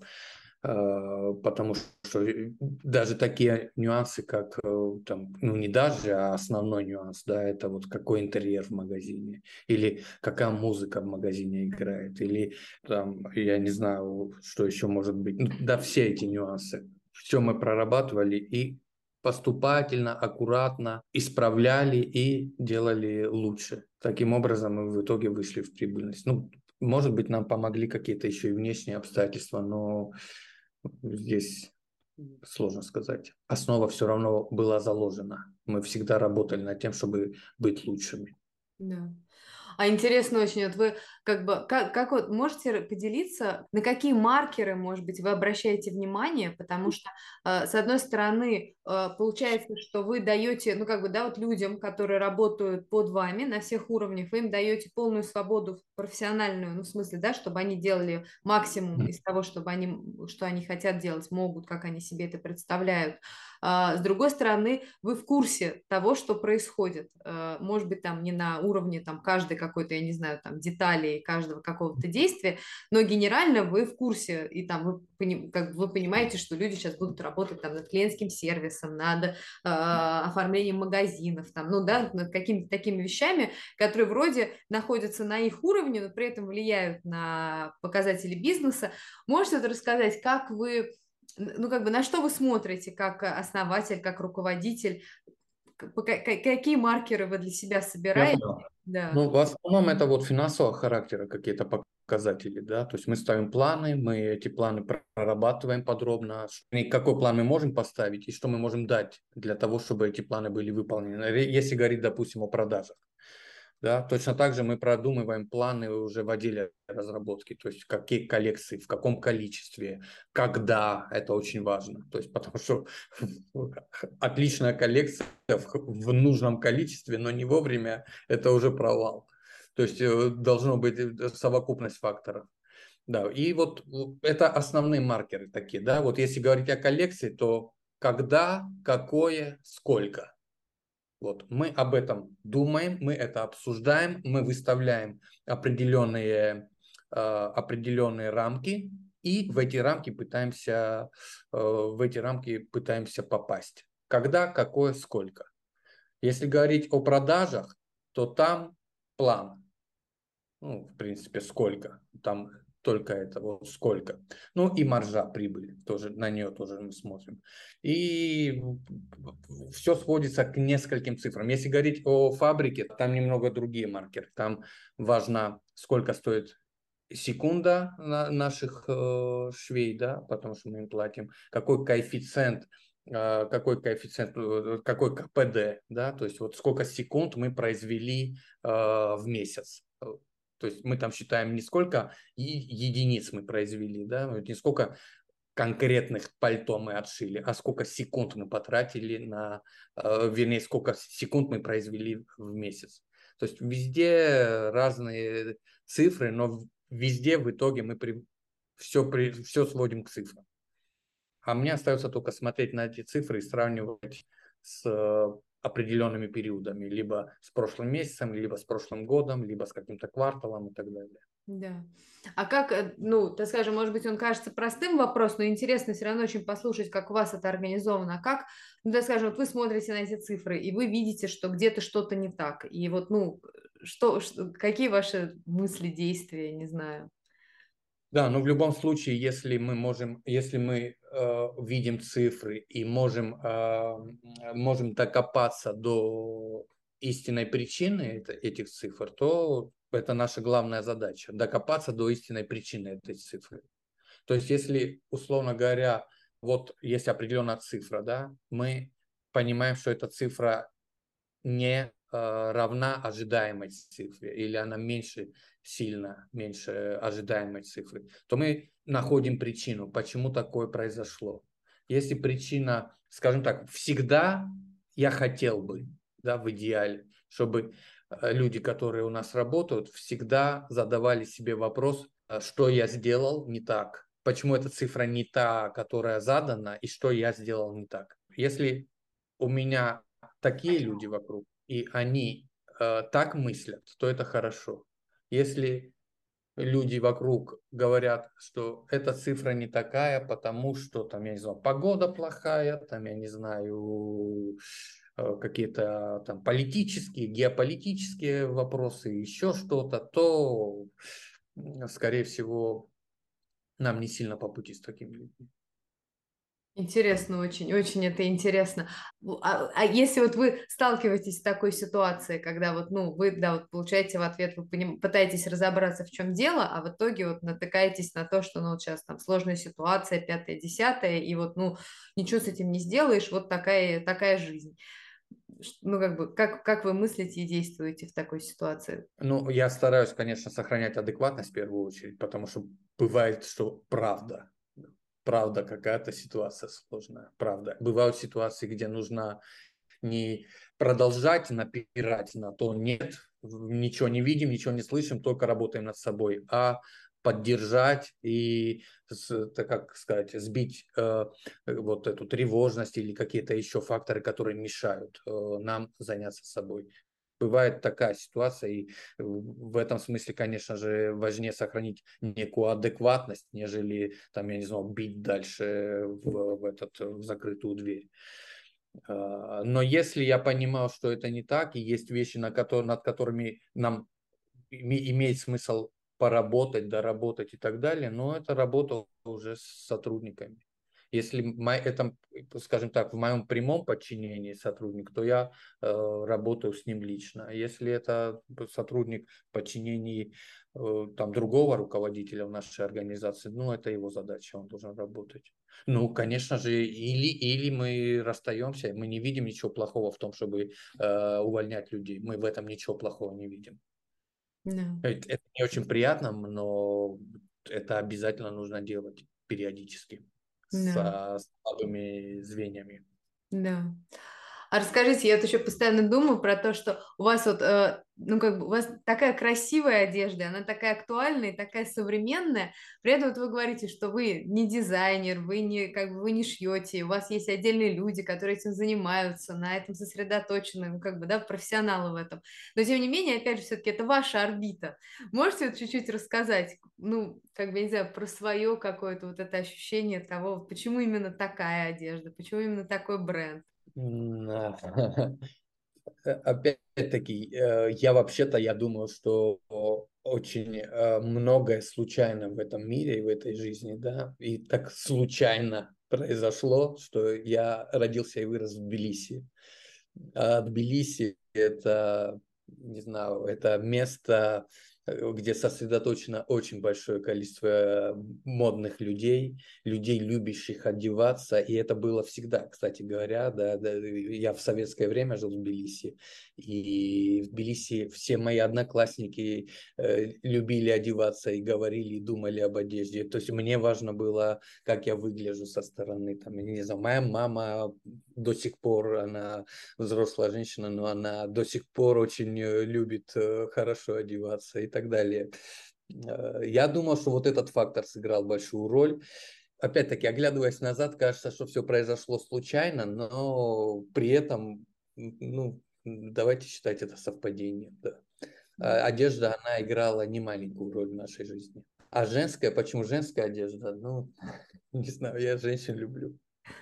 Э, потому что даже такие нюансы, как э, там, ну не даже, а основной нюанс, да, это вот какой интерьер в магазине, или какая музыка в магазине играет, или там, я не знаю, что еще может быть. Ну, да, все эти нюансы, все мы прорабатывали и поступательно, аккуратно исправляли и делали лучше. Таким образом мы в итоге вышли в прибыльность. Ну, может быть, нам помогли какие-то еще и внешние обстоятельства, но здесь сложно сказать. Основа все равно была заложена. Мы всегда работали над тем, чтобы быть лучшими. Да. А интересно очень, вот вы как бы, как, как вот можете поделиться, на какие маркеры, может быть, вы обращаете внимание, потому что, э, с одной стороны, э, получается, что вы даете, ну, как бы, да, вот людям, которые работают под вами на всех уровнях, вы им даете полную свободу профессиональную, ну, в смысле, да, чтобы они делали максимум из того, чтобы они, что они хотят делать, могут, как они себе это представляют. А, с другой стороны, вы в курсе того, что происходит. Э, Может быть, там не на уровне там, каждой какой-то, я не знаю, там детали каждого какого-то действия, но генерально вы в курсе, и там вы, пони- как бы вы понимаете, что люди сейчас будут работать там над клиентским сервисом, над э, оформлением магазинов, там, ну да, над какими-то такими вещами, которые вроде находятся на их уровне, но при этом влияют на показатели бизнеса. Можете вот рассказать, как вы ну, как бы на что вы смотрите как основатель, как руководитель? К- по- ка- Какие маркеры вы для себя Я собираете? понял. Да, Ну, в основном это вот финансового характера какие-то показатели, да, то есть мы ставим планы, мы эти планы прорабатываем подробно, и какой план мы можем поставить и что мы можем дать для того, чтобы эти планы были выполнены. Если говорить, допустим, о продажах. Да, точно так же мы продумываем планы уже в отделе разработки, то есть какие коллекции, в каком количестве, когда, это очень важно. То есть потому что отличная коллекция в, в нужном количестве, но не вовремя, это уже провал. То есть э, должно быть э, совокупность факторов. Да, и вот это основные маркеры такие, да. Вот если говорить о коллекции, то когда, какое, сколько. Вот, мы об этом думаем, мы это обсуждаем, мы выставляем определенные, э, определенные рамки, и в эти рамки пытаемся, э, в эти рамки пытаемся попасть. Когда, какое, сколько. Если говорить о продажах, то там план. Ну, в принципе, сколько. Там только это, вот сколько. Ну, и маржа прибыли, тоже, на нее тоже мы смотрим. И все сводится к нескольким цифрам. Если говорить о фабрике, там немного другие маркеры. Там важно, сколько стоит секунда на наших э, швей, да, потому что мы им платим, какой коэффициент, э, какой коэффициент, э, какой ка пэ дэ, да, то есть вот сколько секунд мы произвели э, в месяц. То есть мы там считаем не сколько единиц мы произвели, да, не сколько конкретных пальто мы отшили, а сколько секунд мы потратили на, э, вернее, сколько секунд мы произвели в месяц. То есть везде разные цифры, но везде в итоге мы при, все, при, все сводим к цифрам. А мне остается только смотреть на эти цифры и сравнивать с э, определенными периодами, либо с прошлым месяцем, либо с прошлым годом, либо с каким-то кварталом и так далее. да. А как, э, ну, так скажем, может быть, он кажется простым вопрос, но интересно все равно очень послушать, как у вас это организовано. А как, ну, так скажем, вот вы смотрите на эти цифры, и вы видите, что где-то что-то не так. И вот, ну, что, что- какие ваши мысли, действия, не знаю. Да, но в любом случае, если мы можем, если мы э, видим цифры и можем, э, можем докопаться до истинной причины это, этих цифр, то это наша главная задача – докопаться до истинной причины этой цифры. То есть, если, условно говоря, вот есть определенная цифра, да, мы понимаем, что эта цифра не э, равна ожидаемой цифре, или она меньше, сильно меньше ожидаемой цифры, то мы находим причину, почему такое произошло. Если причина, скажем так, всегда я хотел бы, да, в идеале, чтобы э, люди, которые у нас работают, всегда задавали себе вопрос, э, что я сделал не так, почему эта цифра не та, которая задана, и что я сделал не так. Если у меня такие люди вокруг, и они э, так мыслят, то это хорошо. Если люди вокруг говорят, что эта цифра не такая, потому что там, я не знаю, погода плохая, там, я не знаю, э, какие-то там политические, геополитические вопросы, еще что-то, то, м, скорее всего, нам не сильно по пути с такими людьми. Интересно очень, очень это интересно. Ну, А, а если вот вы сталкиваетесь с такой ситуацией, когда вот, ну, вы, да, вот получаете в ответ, вы поним- пытаетесь разобраться, в чем дело, а в итоге вот натыкаетесь на то, что, ну, вот сейчас там сложная ситуация, пятое, десятое, и вот, ну, ничего с этим не сделаешь, вот такая, такая жизнь. Ш- Ну, как бы, как, как вы мыслите и действуете в такой ситуации? Ну, я стараюсь, конечно, сохранять адекватность в первую очередь, потому что бывает, что правда, правда какая-то ситуация сложная, правда. Бывают ситуации, где нужно не продолжать напирать на то, нет, ничего не видим, ничего не слышим, только работаем над собой, а поддержать и, с- так как сказать, сбить э, вот эту тревожность или какие-то еще факторы, которые мешают э, нам заняться собой. Бывает такая ситуация, и в этом смысле, конечно же, важнее сохранить некую адекватность, нежели, там, я не знаю, бить дальше в, в, этот, в закрытую дверь. А, Но если я понимал, что это не так, и есть вещи, на которые, над которыми нам име- имеет смысл поработать, доработать и так далее, но это работа уже с сотрудниками. Если мо- это, скажем так, в моем прямом подчинении сотрудник, то я э, работаю с ним лично. Если это сотрудник в подчинении э, там, другого руководителя в нашей организации, ну, это его задача, он должен работать. Ну, конечно же, или, или мы расстаемся, мы не видим ничего плохого в том, чтобы э, увольнять людей. Мы в этом ничего плохого не видим. Да, Это, это не очень приятно, но это обязательно нужно делать периодически да. со слабыми звеньями. Да. А расскажите, я вот еще постоянно думаю про то, что у вас вот, э, ну, как бы, у вас такая красивая одежда, она такая актуальная и такая современная, при этом вот вы говорите, что вы не дизайнер, вы не, как бы, вы не шьете, у вас есть отдельные люди, которые этим занимаются, на этом сосредоточены, ну, как бы, да, профессионалы в этом. Но, тем не менее, опять же, все-таки это ваша орбита. Можете вот чуть-чуть рассказать, ну, как бы, я не знаю, про свое какое-то вот это ощущение того, вот почему именно такая одежда, почему именно такой бренд? М, а, Опять-таки, э, я вообще-то, я думаю, что очень э, многое случайно в этом мире и в этой жизни, да, и так случайно произошло, что я родился и вырос в Тбилиси. А Тбилиси это, не знаю, это место, э, где сосредоточено очень большое количество э, модных людей, людей, любящих одеваться, и это было всегда, кстати говоря, да, да, я в советское время жил в Тбилиси, и в Тбилиси все мои одноклассники э, любили одеваться и говорили, и думали об одежде, то есть мне важно было, как я выгляжу со стороны, там, я не знаю, моя мама до сих пор, она взрослая женщина, но она до сих пор очень э, любит э, хорошо одеваться и так далее. Э, Я думал, что вот этот фактор сыграл большую роль. Опять-таки, оглядываясь назад, кажется, что все произошло случайно, но при этом, м, ну, давайте считать это совпадением, да. А Одежда, она играла немаленькую роль в нашей жизни. А женская, почему женская одежда? Ну, не знаю, я женщин люблю.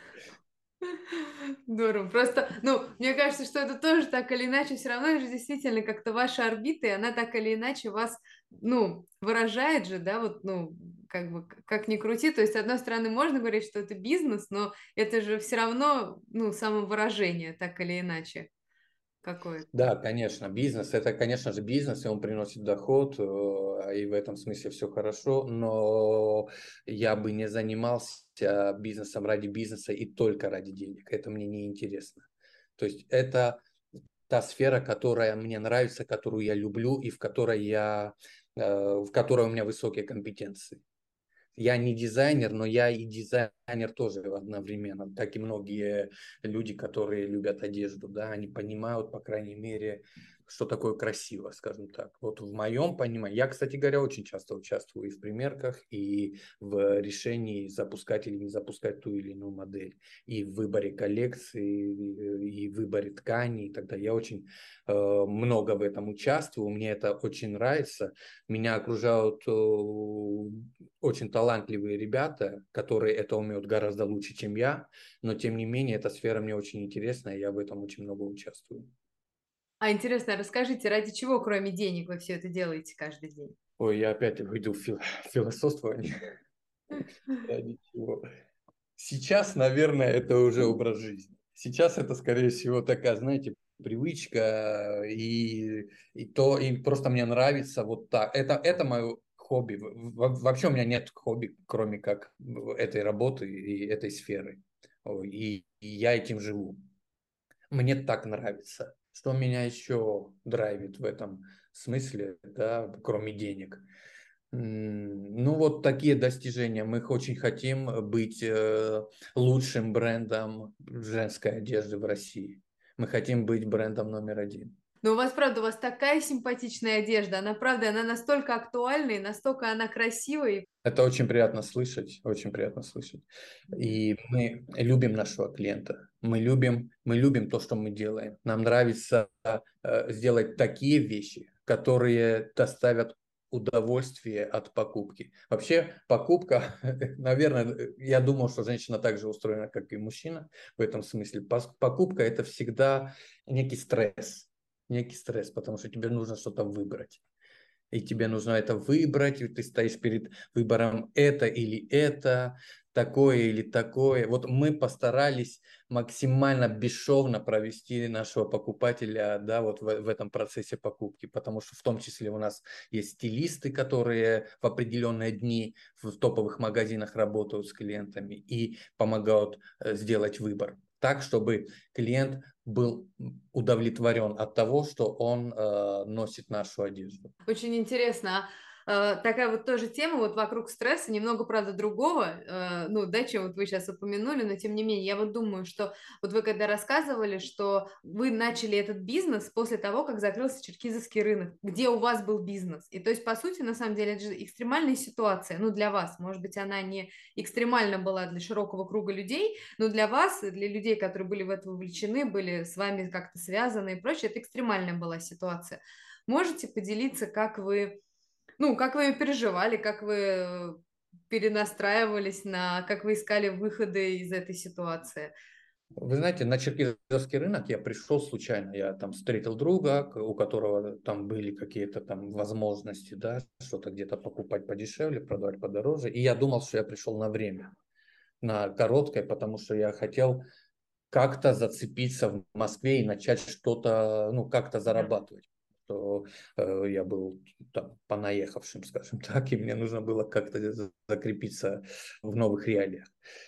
Здорово. Просто, ну, мне кажется, что это тоже так или иначе, все равно же действительно как-то ваша орбита, и она так или иначе вас, ну, выражает же, да, вот, ну, как бы, к- как ни крути. То есть, с одной стороны, можно говорить, что это бизнес, но это же все равно, ну, самовыражение, так или иначе, какое-то. Да, конечно, бизнес, это, конечно же, бизнес, и он приносит доход, э, и в этом смысле все хорошо, но я бы не занимался бизнесом ради бизнеса и только ради денег. Это мне не интересно. То есть это та сфера, которая мне нравится, которую я люблю и в которой я, э, в которой у меня высокие компетенции. Я не дизайнер, но я и дизайнер тоже одновременно. Так и многие люди, которые любят одежду, да, они понимают, по крайней мере, что такое красиво, скажем так. Вот в моем понимании, я, кстати говоря, очень часто участвую и в примерках, и в решении запускать или не запускать ту или иную модель, и в выборе коллекции, и в выборе тканей и так далее. Я очень э, много в этом участвую, мне это очень нравится. Меня окружают э, очень талантливые ребята, которые это умеют гораздо лучше, чем я, но тем не менее эта сфера мне очень интересна, и я в этом очень много участвую. А интересно, расскажите, ради чего, кроме денег, вы все это делаете каждый день? Ой, я опять выйду в фил- философствование. Ради чего? Сейчас, наверное, это уже образ жизни. Сейчас это, скорее всего, такая, знаете, привычка, и, и то, и просто мне нравится вот так. Это, это мое хобби. Во- Вообще у меня нет хобби, кроме как этой работы и этой сферы. Ой, И, и я этим живу. Мне так нравится. Что меня еще драйвит в этом смысле, да, кроме денег? М, Ну, вот такие достижения. Мы очень хотим быть э, лучшим брендом женской одежды в России. Мы хотим быть брендом номер один. Но у вас, правда, у вас такая симпатичная одежда. Она, правда, она настолько актуальна и настолько она красивая. Это очень приятно слышать, очень приятно слышать. И мы любим нашего клиента. Мы любим, мы любим то, что мы делаем. Нам нравится э, сделать такие вещи, которые доставят удовольствие от покупки. Вообще покупка, наверное, я думал, что женщина так же устроена, как и мужчина в этом смысле. Пос- Покупка – это всегда некий стресс, некий стресс, потому что тебе нужно что-то выбрать. И тебе нужно это выбрать, и ты стоишь перед выбором это или это, такое или такое. Вот мы постарались максимально бесшовно провести нашего покупателя, да, вот в, в этом процессе покупки, потому что в том числе у нас есть стилисты, которые в определенные дни в топовых магазинах работают с клиентами и помогают э, сделать выбор так, чтобы клиент был удовлетворен от того, что он э, носит нашу одежду. Очень интересно. А, э, такая вот тоже тема вот вокруг стресса, немного, правда, другого, э, ну, да, чем вот вы сейчас упомянули, но тем не менее, я вот думаю, что вот вы когда рассказывали, что вы начали этот бизнес после того, как закрылся черкизовский рынок, где у вас был бизнес. И то есть, по сути, на самом деле, это же экстремальная ситуация, ну, для вас, может быть, она не экстремальна была для широкого круга людей, но для вас, и для людей, которые были в это вовлечены, были с вами как-то связаны и прочее, это экстремальная была ситуация. Можете поделиться, как вы, ну, как вы переживали, как вы э, перенастраивались на, как вы искали выходы из этой ситуации? Вы знаете, на черкизовский рынок я пришел случайно. Я там встретил друга, к- у которого там были какие-то там возможности, да, что-то где-то покупать подешевле, продавать подороже. И я думал, что я пришел на время, на короткое, потому что я хотел как-то зацепиться в Москве и начать что-то, ну, как-то Да. зарабатывать. Что э, я был там понаехавшим, скажем так, и мне нужно было как-то за- закрепиться в новых реалиях.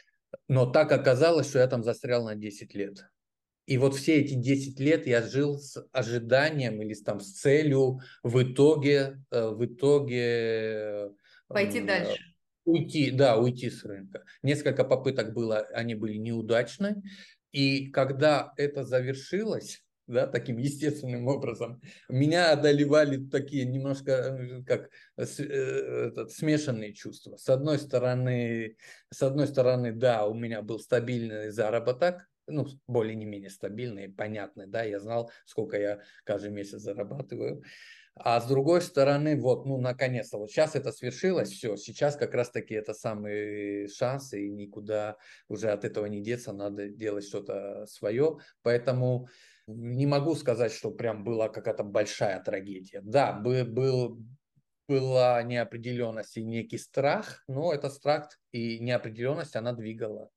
Но так оказалось, что я там застрял на десять лет. И вот все эти десять лет я жил с ожиданием или там с целью в итоге, э, в итоге Пойти м, э, дальше. уйти, да, уйти с рынка. Несколько попыток было, они были неудачны. И когда это завершилось, да, таким естественным образом, меня одолевали такие немножко э, как с- э, этот, смешанные чувства. С одной стороны, с одной стороны, да, у меня был стабильный заработок, ну, более не менее стабильный, понятный, да, я знал, сколько я каждый месяц зарабатываю. А с другой стороны, вот, ну, наконец-то, вот сейчас это свершилось, все, сейчас как раз-таки это самый шанс, и никуда уже от этого не деться, надо делать что-то свое, поэтому не могу сказать, что прям была какая-то большая трагедия. Да, был, был, была неопределенность и некий страх, но этот страх и неопределенность, она двигала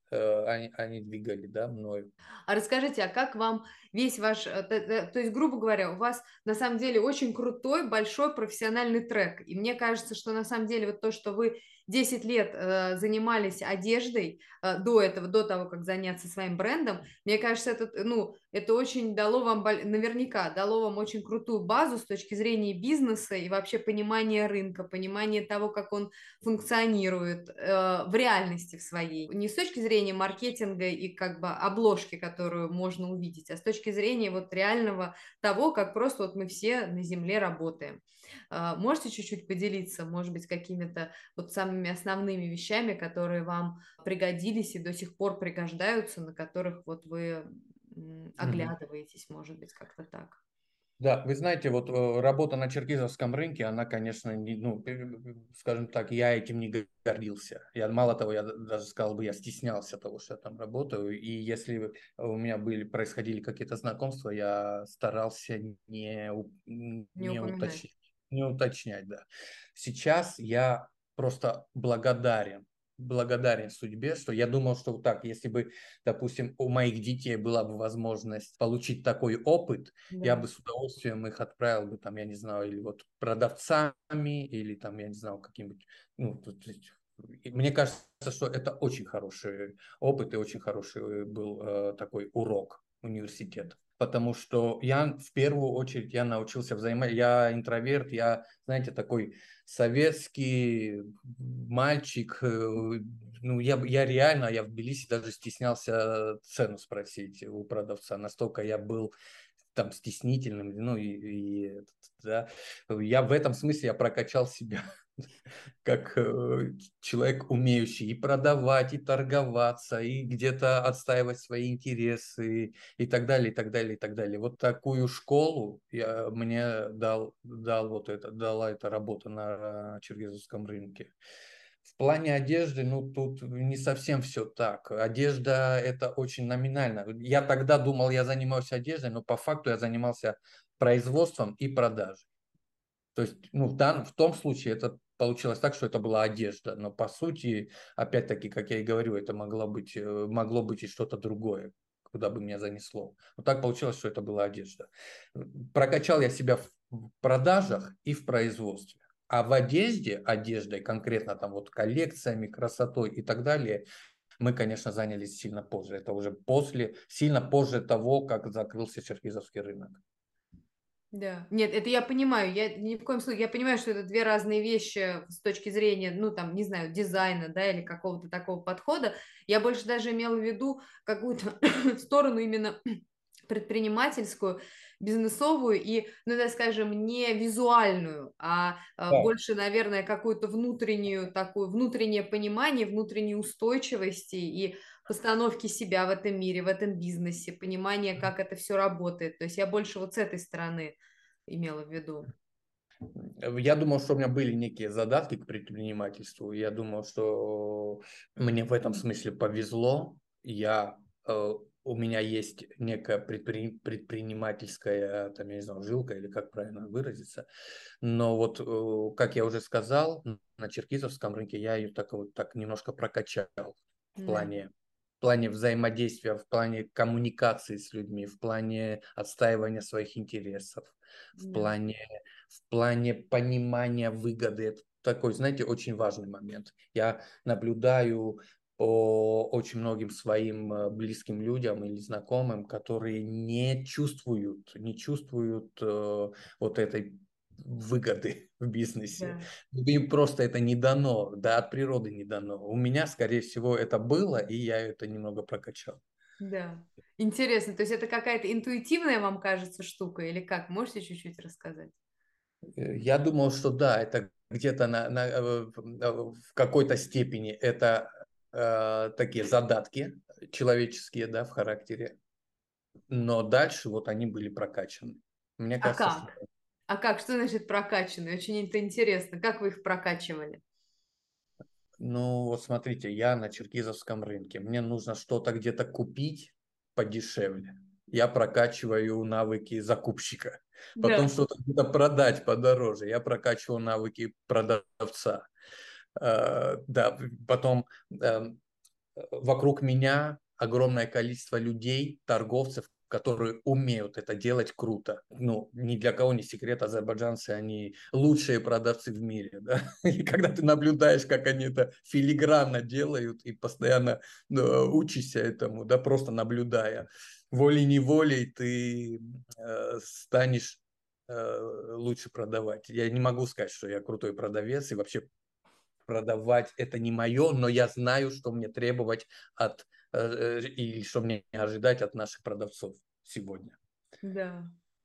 э, они, они двигали, да, мною. А расскажите, а как вам весь ваш, э, т т то есть, грубо говоря, у вас на самом деле очень крутой, большой профессиональный трек. И мне кажется, что на самом деле вот то, что вы десять лет, э, занимались одеждой, э, до этого, до того, как заняться своим брендом, мне кажется, это, т ну, это очень дало вам боль наверняка дало вам очень крутую базу с точки зрения бизнеса и вообще понимания рынка, понимания того, как он функционирует, э, в реальности в своей. Не с точки зрения маркетинга и как бы обложки, которую можно увидеть, а с точки зрения вот реального того, как просто вот мы все на земле работаем. А, можете чуть-чуть поделиться, может быть, какими-то вот самыми основными вещами, которые вам пригодились и до сих пор пригождаются, на которых вот вы, м, Мгм. оглядываетесь, может быть, как-то так? Да, вы знаете, вот э, работа на черкизовском рынке, она, конечно, не, ну, э, э, скажем так, я этим не гордился. Я, мало того, я д- даже сказал бы, я стеснялся того, что я там работаю. И если у меня были, происходили какие-то знакомства, я старался не, у- м, Не не упоминать. уточнять, не уточнять, да. Сейчас я просто благодарен, благодарен судьбе, что я думал, что вот так, если бы, допустим, у моих детей была бы возможность получить такой опыт, я Да. бы с удовольствием их отправил бы, там, я не знаю, или вот продавцами, или там, я не знаю, каким-нибудь, ну, то есть, и мне кажется, что это очень хороший опыт и очень хороший был э, такой урок университета. Потому что я в первую очередь я научился взаимодействовать. Я интроверт, я, знаете, такой советский мальчик. э, Ну, я, я реально, я в Тбилиси даже стеснялся цену спросить у продавца. Настолько я был там стеснительным, ну и, и да, я в этом смысле я прокачал себя как э, человек, умеющий и продавать, и торговаться, и где-то отстаивать свои интересы, и так далее, и так далее, и так далее. Вот такую школу я, мне дал, дал вот это, дала эта работа на черкизовском рынке. В плане одежды, ну, тут не совсем все так. Одежда – это очень номинально. Я тогда думал, я занимаюсь одеждой, но по факту я занимался производством и продажей. То есть, ну, в, дан, в том случае это получилось так, что это была одежда, но по сути, опять-таки, как я и говорю, это могло быть, э, могло быть и что-то другое, куда бы меня занесло. Но так получилось, что это была одежда. Прокачал я себя в продажах и в производстве. А в одежде, одеждой, конкретно там вот коллекциями, красотой и так далее, мы, конечно, занялись сильно позже. Это уже после, сильно позже того, как закрылся черкизовский рынок. Да. Нет, это я понимаю. Я ни в коем случае, я понимаю, что это две разные вещи с точки зрения, ну, там, не знаю, дизайна, да, или какого-то такого подхода. Я больше даже имела в виду какую-то сторону именно предпринимательскую, бизнесовую и, ну, так скажем, не визуальную, а, а, Да. больше, наверное, какую-то внутреннюю такую, внутреннее понимание, внутренней устойчивости и постановки себя в этом мире, в этом бизнесе, понимание, как это все работает. То есть я больше вот с этой стороны имела в виду. Я думал, что у меня были некие задатки к предпринимательству. Я думал, что мне в этом смысле повезло. Я, э, у меня есть некая предпри- предпринимательская, там, я не знаю, жилка или как правильно выразиться. Но вот, э, как я уже сказал, на черкизовском рынке я ее так вот так немножко прокачал в Да, плане, в плане взаимодействия, в плане коммуникации с людьми, в плане отстаивания своих интересов, в да, плане, в плане понимания выгоды. Это такой, знаете, очень важный момент. Я наблюдаю по очень многим своим э, близким людям или знакомым, которые не чувствуют, не чувствуют э, вот этой выгоды в бизнесе. да, Им просто это не дано, да, от природы не дано. У меня, скорее всего, это было, и я это немного прокачал. да. Интересно, то есть это какая-то интуитивная вам кажется штука или как? Можете чуть-чуть рассказать? Э, Я думал, что да, это где-то на, на, э, в э, в какой-то степени это э, такие задатки человеческие, да, в характере, но дальше вот они были прокачаны. Мне А кажется, что как? А как? Что значит прокачанные? Очень это интересно. Как вы их прокачивали? ну, вот смотрите, я на черкизовском рынке. Мне нужно что-то где-то купить подешевле. Я прокачиваю навыки закупщика. Потом Да. что-то где-то продать подороже. Я прокачиваю навыки продавца. Э, Да, потом эм, вокруг меня огромное количество людей, торговцев, которые умеют это делать круто. Ну, ни для кого не секрет, азербайджанцы, они лучшие продавцы в мире, да? И когда ты наблюдаешь, как они это филигранно делают и постоянно ну, учишься этому, да, просто наблюдая, волей-неволей ты э, станешь э, лучше продавать. Я не могу сказать, что я крутой продавец, и вообще продавать это не мое, но я знаю, что мне требовать от э, и что мне ожидать от наших продавцов сегодня. Да.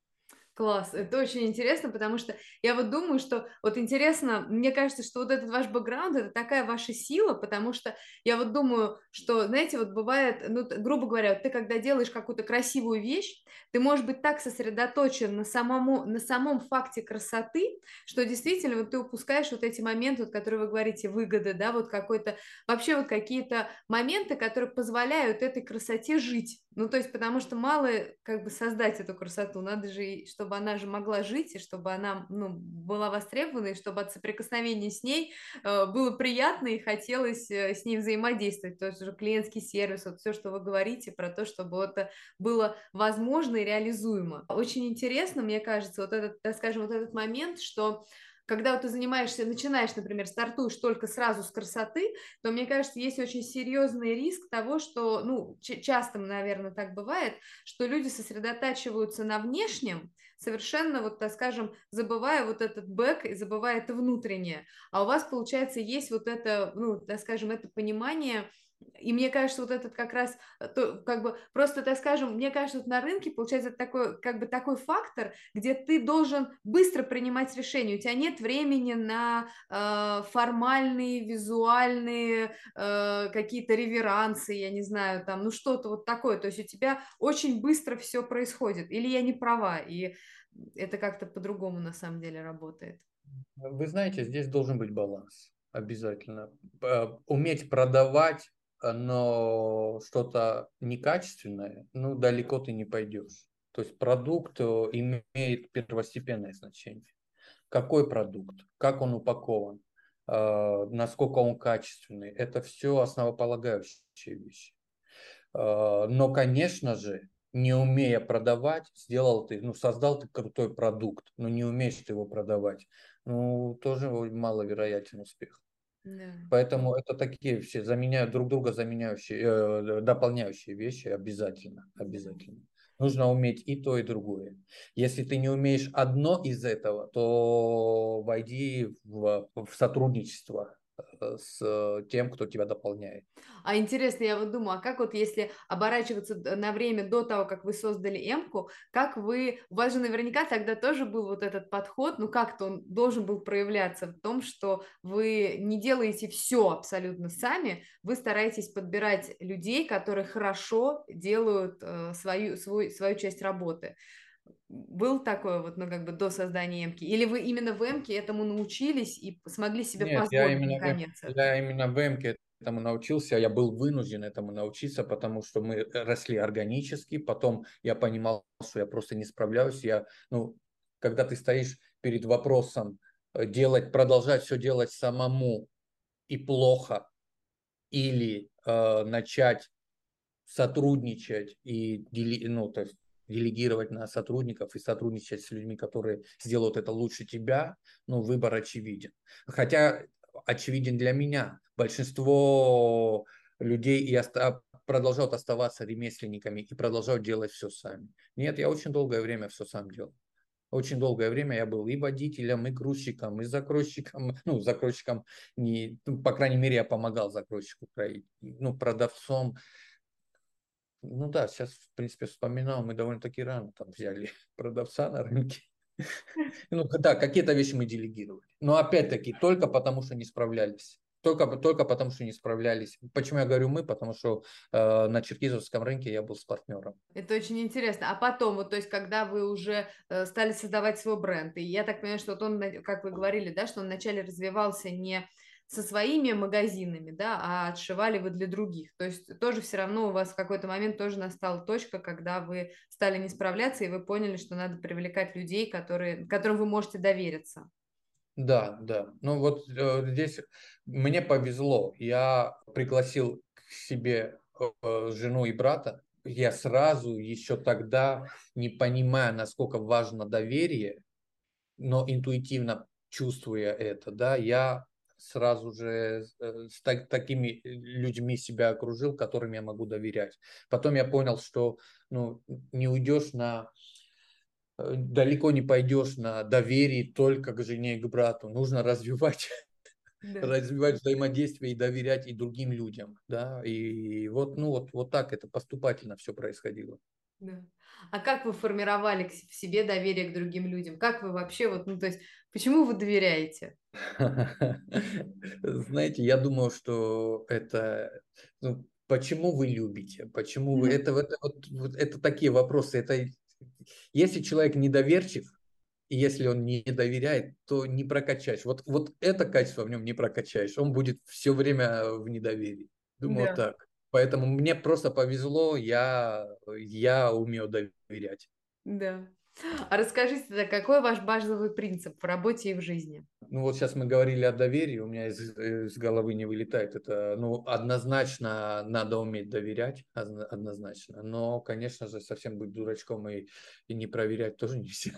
Класс, это очень интересно, потому что я вот думаю, что вот интересно, мне кажется, что вот этот ваш бэкграунд, это такая ваша сила, потому что я вот думаю, что, знаете, вот бывает, ну, т- грубо говоря, вот ты когда делаешь какую-то красивую вещь, ты можешь быть так сосредоточен на самому, на самом факте красоты, что действительно вот ты упускаешь вот эти моменты, вот, которые вы говорите, выгоды, да, вот какой-то, вообще вот какие-то моменты, которые позволяют этой красоте жить. Ну, то есть, потому что мало как бы создать эту красоту, надо же, и чтобы она же могла жить, и чтобы она, ну, была востребована, и чтобы от соприкосновения с ней э, было приятно и хотелось э, с ней взаимодействовать. То есть уже клиентский сервис, вот все, что вы говорите про то, чтобы это было возможно и реализуемо. Очень интересно, мне кажется, вот этот, так скажем, вот этот момент, что когда вот ты занимаешься, начинаешь, например, стартуешь только сразу с красоты, то, мне кажется, есть очень серьезный риск того, что, ну, ч- часто, наверное, так бывает, что люди сосредотачиваются на внешнем, совершенно, вот, так скажем, забывая вот этот бэк и забывая это внутреннее. А у вас, получается, есть вот это, ну, так скажем, это понимание, и мне кажется, вот этот как раз, э, то, как бы, просто, так скажем, мне кажется, вот на рынке, получается, это такой, как бы такой фактор, где ты должен быстро принимать решения. У тебя нет времени на э, формальные, визуальные э, какие-то реверансы, я не знаю, там, ну что-то вот такое. То есть у тебя очень быстро все происходит. Или я не права, и это как-то по-другому на самом деле работает. Вы знаете, здесь должен быть баланс обязательно. Э, Уметь продавать, э, но что-то некачественное, ну, далеко ты не пойдешь. То есть продукт э, имеет первостепенное значение. Какой продукт, как он упакован, э, насколько он качественный, это все основополагающие вещи. Э, Но, конечно же, не умея продавать, сделал ты, ну, создал ты крутой продукт, но не умеешь ты его продавать, ну, тоже маловероятен успех. Да. Поэтому это такие все заменяют друг друга, заменяющие, э, дополняющие вещи обязательно, Да. обязательно. Нужно уметь и то, и другое. Если ты не умеешь одно из этого, то войди в, в сотрудничество э, с тем, кто тебя дополняет. А интересно, я вот думаю, а как вот если оборачиваться д- на время до того, как вы создали Эмку, как вы, у вас же наверняка тогда тоже был вот этот подход, ну как-то он должен был проявляться в том, что вы не делаете все абсолютно сами, вы стараетесь подбирать людей, которые хорошо делают э, свою, свой, свою часть работы. Был такое вот, ну как бы до создания Эмки? Или вы именно в Эмке этому научились и смогли себе Нет, я позволить именно, в- наконец это? я именно в Эмке этому научился, я был вынужден этому научиться, потому что мы росли органически, потом я понимал, что я просто не справляюсь, я, ну, когда ты стоишь перед вопросом э, делать, продолжать все делать самому и плохо, или э, начать сотрудничать и дели, ну, то есть делегировать на сотрудников и сотрудничать с людьми, которые сделают это лучше тебя, ну, выбор очевиден. Хотя очевиден для меня. Большинство людей и оста- продолжают оставаться ремесленниками и продолжают делать все сами. Нет, я очень долгое время все сам делал. Очень долгое время я был и водителем, и грузчиком, и закройщиком. Ну, закройщиком, не, ну, по крайней мере, я помогал закройщику, ну, продавцом. Ну да, сейчас, в принципе, вспоминал, мы довольно-таки рано там взяли продавца на рынке. Ну да, какие-то вещи мы делегировали. Но опять-таки, только потому, что не справлялись. Только, только потому, что не справлялись. Почему я говорю мы? Потому что э, на черкизовском рынке я был с партнером. Это очень интересно. А потом, вот, то есть, когда вы уже э, стали создавать свой бренд, и я так понимаю, что вот он, на- как вы говорили, да, что он вначале развивался не со своими магазинами, да, а отшивали вы для других. То есть тоже все равно у вас в какой-то момент тоже настала точка, когда вы стали не справляться, и вы поняли, что надо привлекать людей, которые, которым вы можете довериться. Да, да. Ну вот э, здесь мне повезло. Я пригласил к себе э, жену и брата, я сразу еще тогда, не понимая, насколько важно доверие, но интуитивно чувствуя это, да, я сразу же э, с так- такими людьми себя окружил, которым я могу доверять. Потом я понял, что ну, не уйдешь на э, далеко не пойдешь на доверии только к жене и к брату. Нужно развивать, Да, развивать взаимодействие и доверять и другим людям, да. И вот, ну вот, вот так это поступательно все происходило. да. А как вы формировали к с- в себе доверие к другим людям? Как вы вообще вот, ну, то есть, почему вы доверяете? Знаете, я думаю, что это, ну, почему вы любите, почему вы, это, это, вот, вот это такие вопросы. Это если человек недоверчив, и если он не доверяет, то не прокачаешь. Вот, вот это качество в нем не прокачаешь. Он будет все время в недоверии. Думаю, Да. так. Поэтому мне просто повезло, я, я умею доверять. Да. А расскажите тогда, какой ваш базовый принцип в работе и в жизни? Ну вот сейчас мы говорили о доверии, у меня из, из головы не вылетает это. Ну, однозначно надо уметь доверять, одно- однозначно. Но, конечно же, совсем быть дурачком и, и не проверять тоже не все.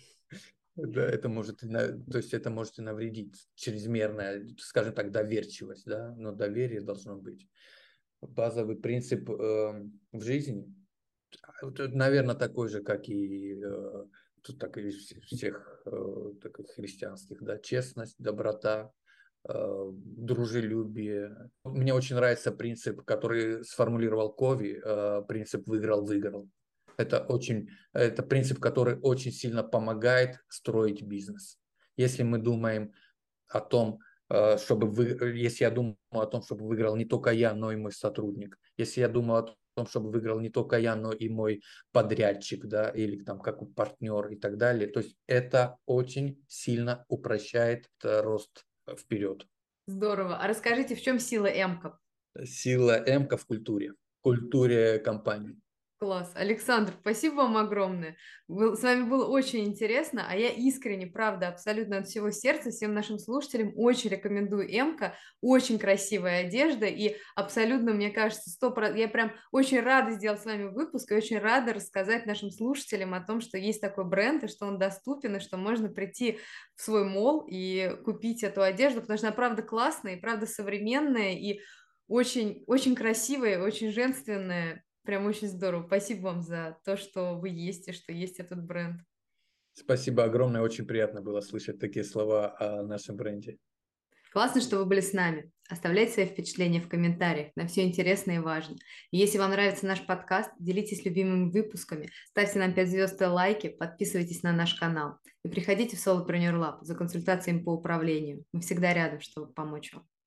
Да, это может, и на- то есть это может и навредить. Чрезмерная, скажем так, доверчивость, да, но доверие должно быть. Базовый принцип э, в жизни, наверное, такой же, как и э, тут так и вс- всех э, таких христианских, да, честность, доброта, э, дружелюбие. Мне очень нравится принцип, который сформулировал Кови, э, принцип выиграл-выиграл. Это очень, это принцип, который очень сильно помогает строить бизнес. Если мы думаем о том, э, чтобы вы, если я думаю о том, чтобы выиграл не только я, но и мой сотрудник, если я думаю о том, чтобы выиграл не только я, но и мой подрядчик, да, или там как партнер и так далее, то есть это очень сильно упрощает э, рост э, вперед. Здорово. А расскажите, в чем сила МКОП? Сила М в культуре, в культуре компании. Класс. Александр, спасибо вам огромное. Был- с вами было очень интересно, а я искренне, правда, абсолютно от всего сердца всем нашим слушателям очень рекомендую МК. Очень красивая одежда и абсолютно, мне кажется, сто процентов. Я прям очень рада сделать с вами выпуск и очень рада рассказать нашим слушателям о том, что есть такой бренд и что он доступен, и что можно прийти в свой мол и купить эту одежду, потому что она правда классная и правда современная и очень, очень красивая, очень женственная. Прям очень здорово. Спасибо вам за то, что вы есть и что есть этот бренд. Спасибо огромное, очень приятно было слышать такие слова о нашем бренде. Классно, что вы были с нами. Оставляйте свои впечатления в комментариях. Нам все интересно и важно. И если вам нравится наш подкаст, делитесь любимыми выпусками, ставьте нам пять звезд и лайки, подписывайтесь на наш канал. И приходите в Solopreneur Lab за консультациями по управлению. Мы всегда рядом, чтобы помочь вам.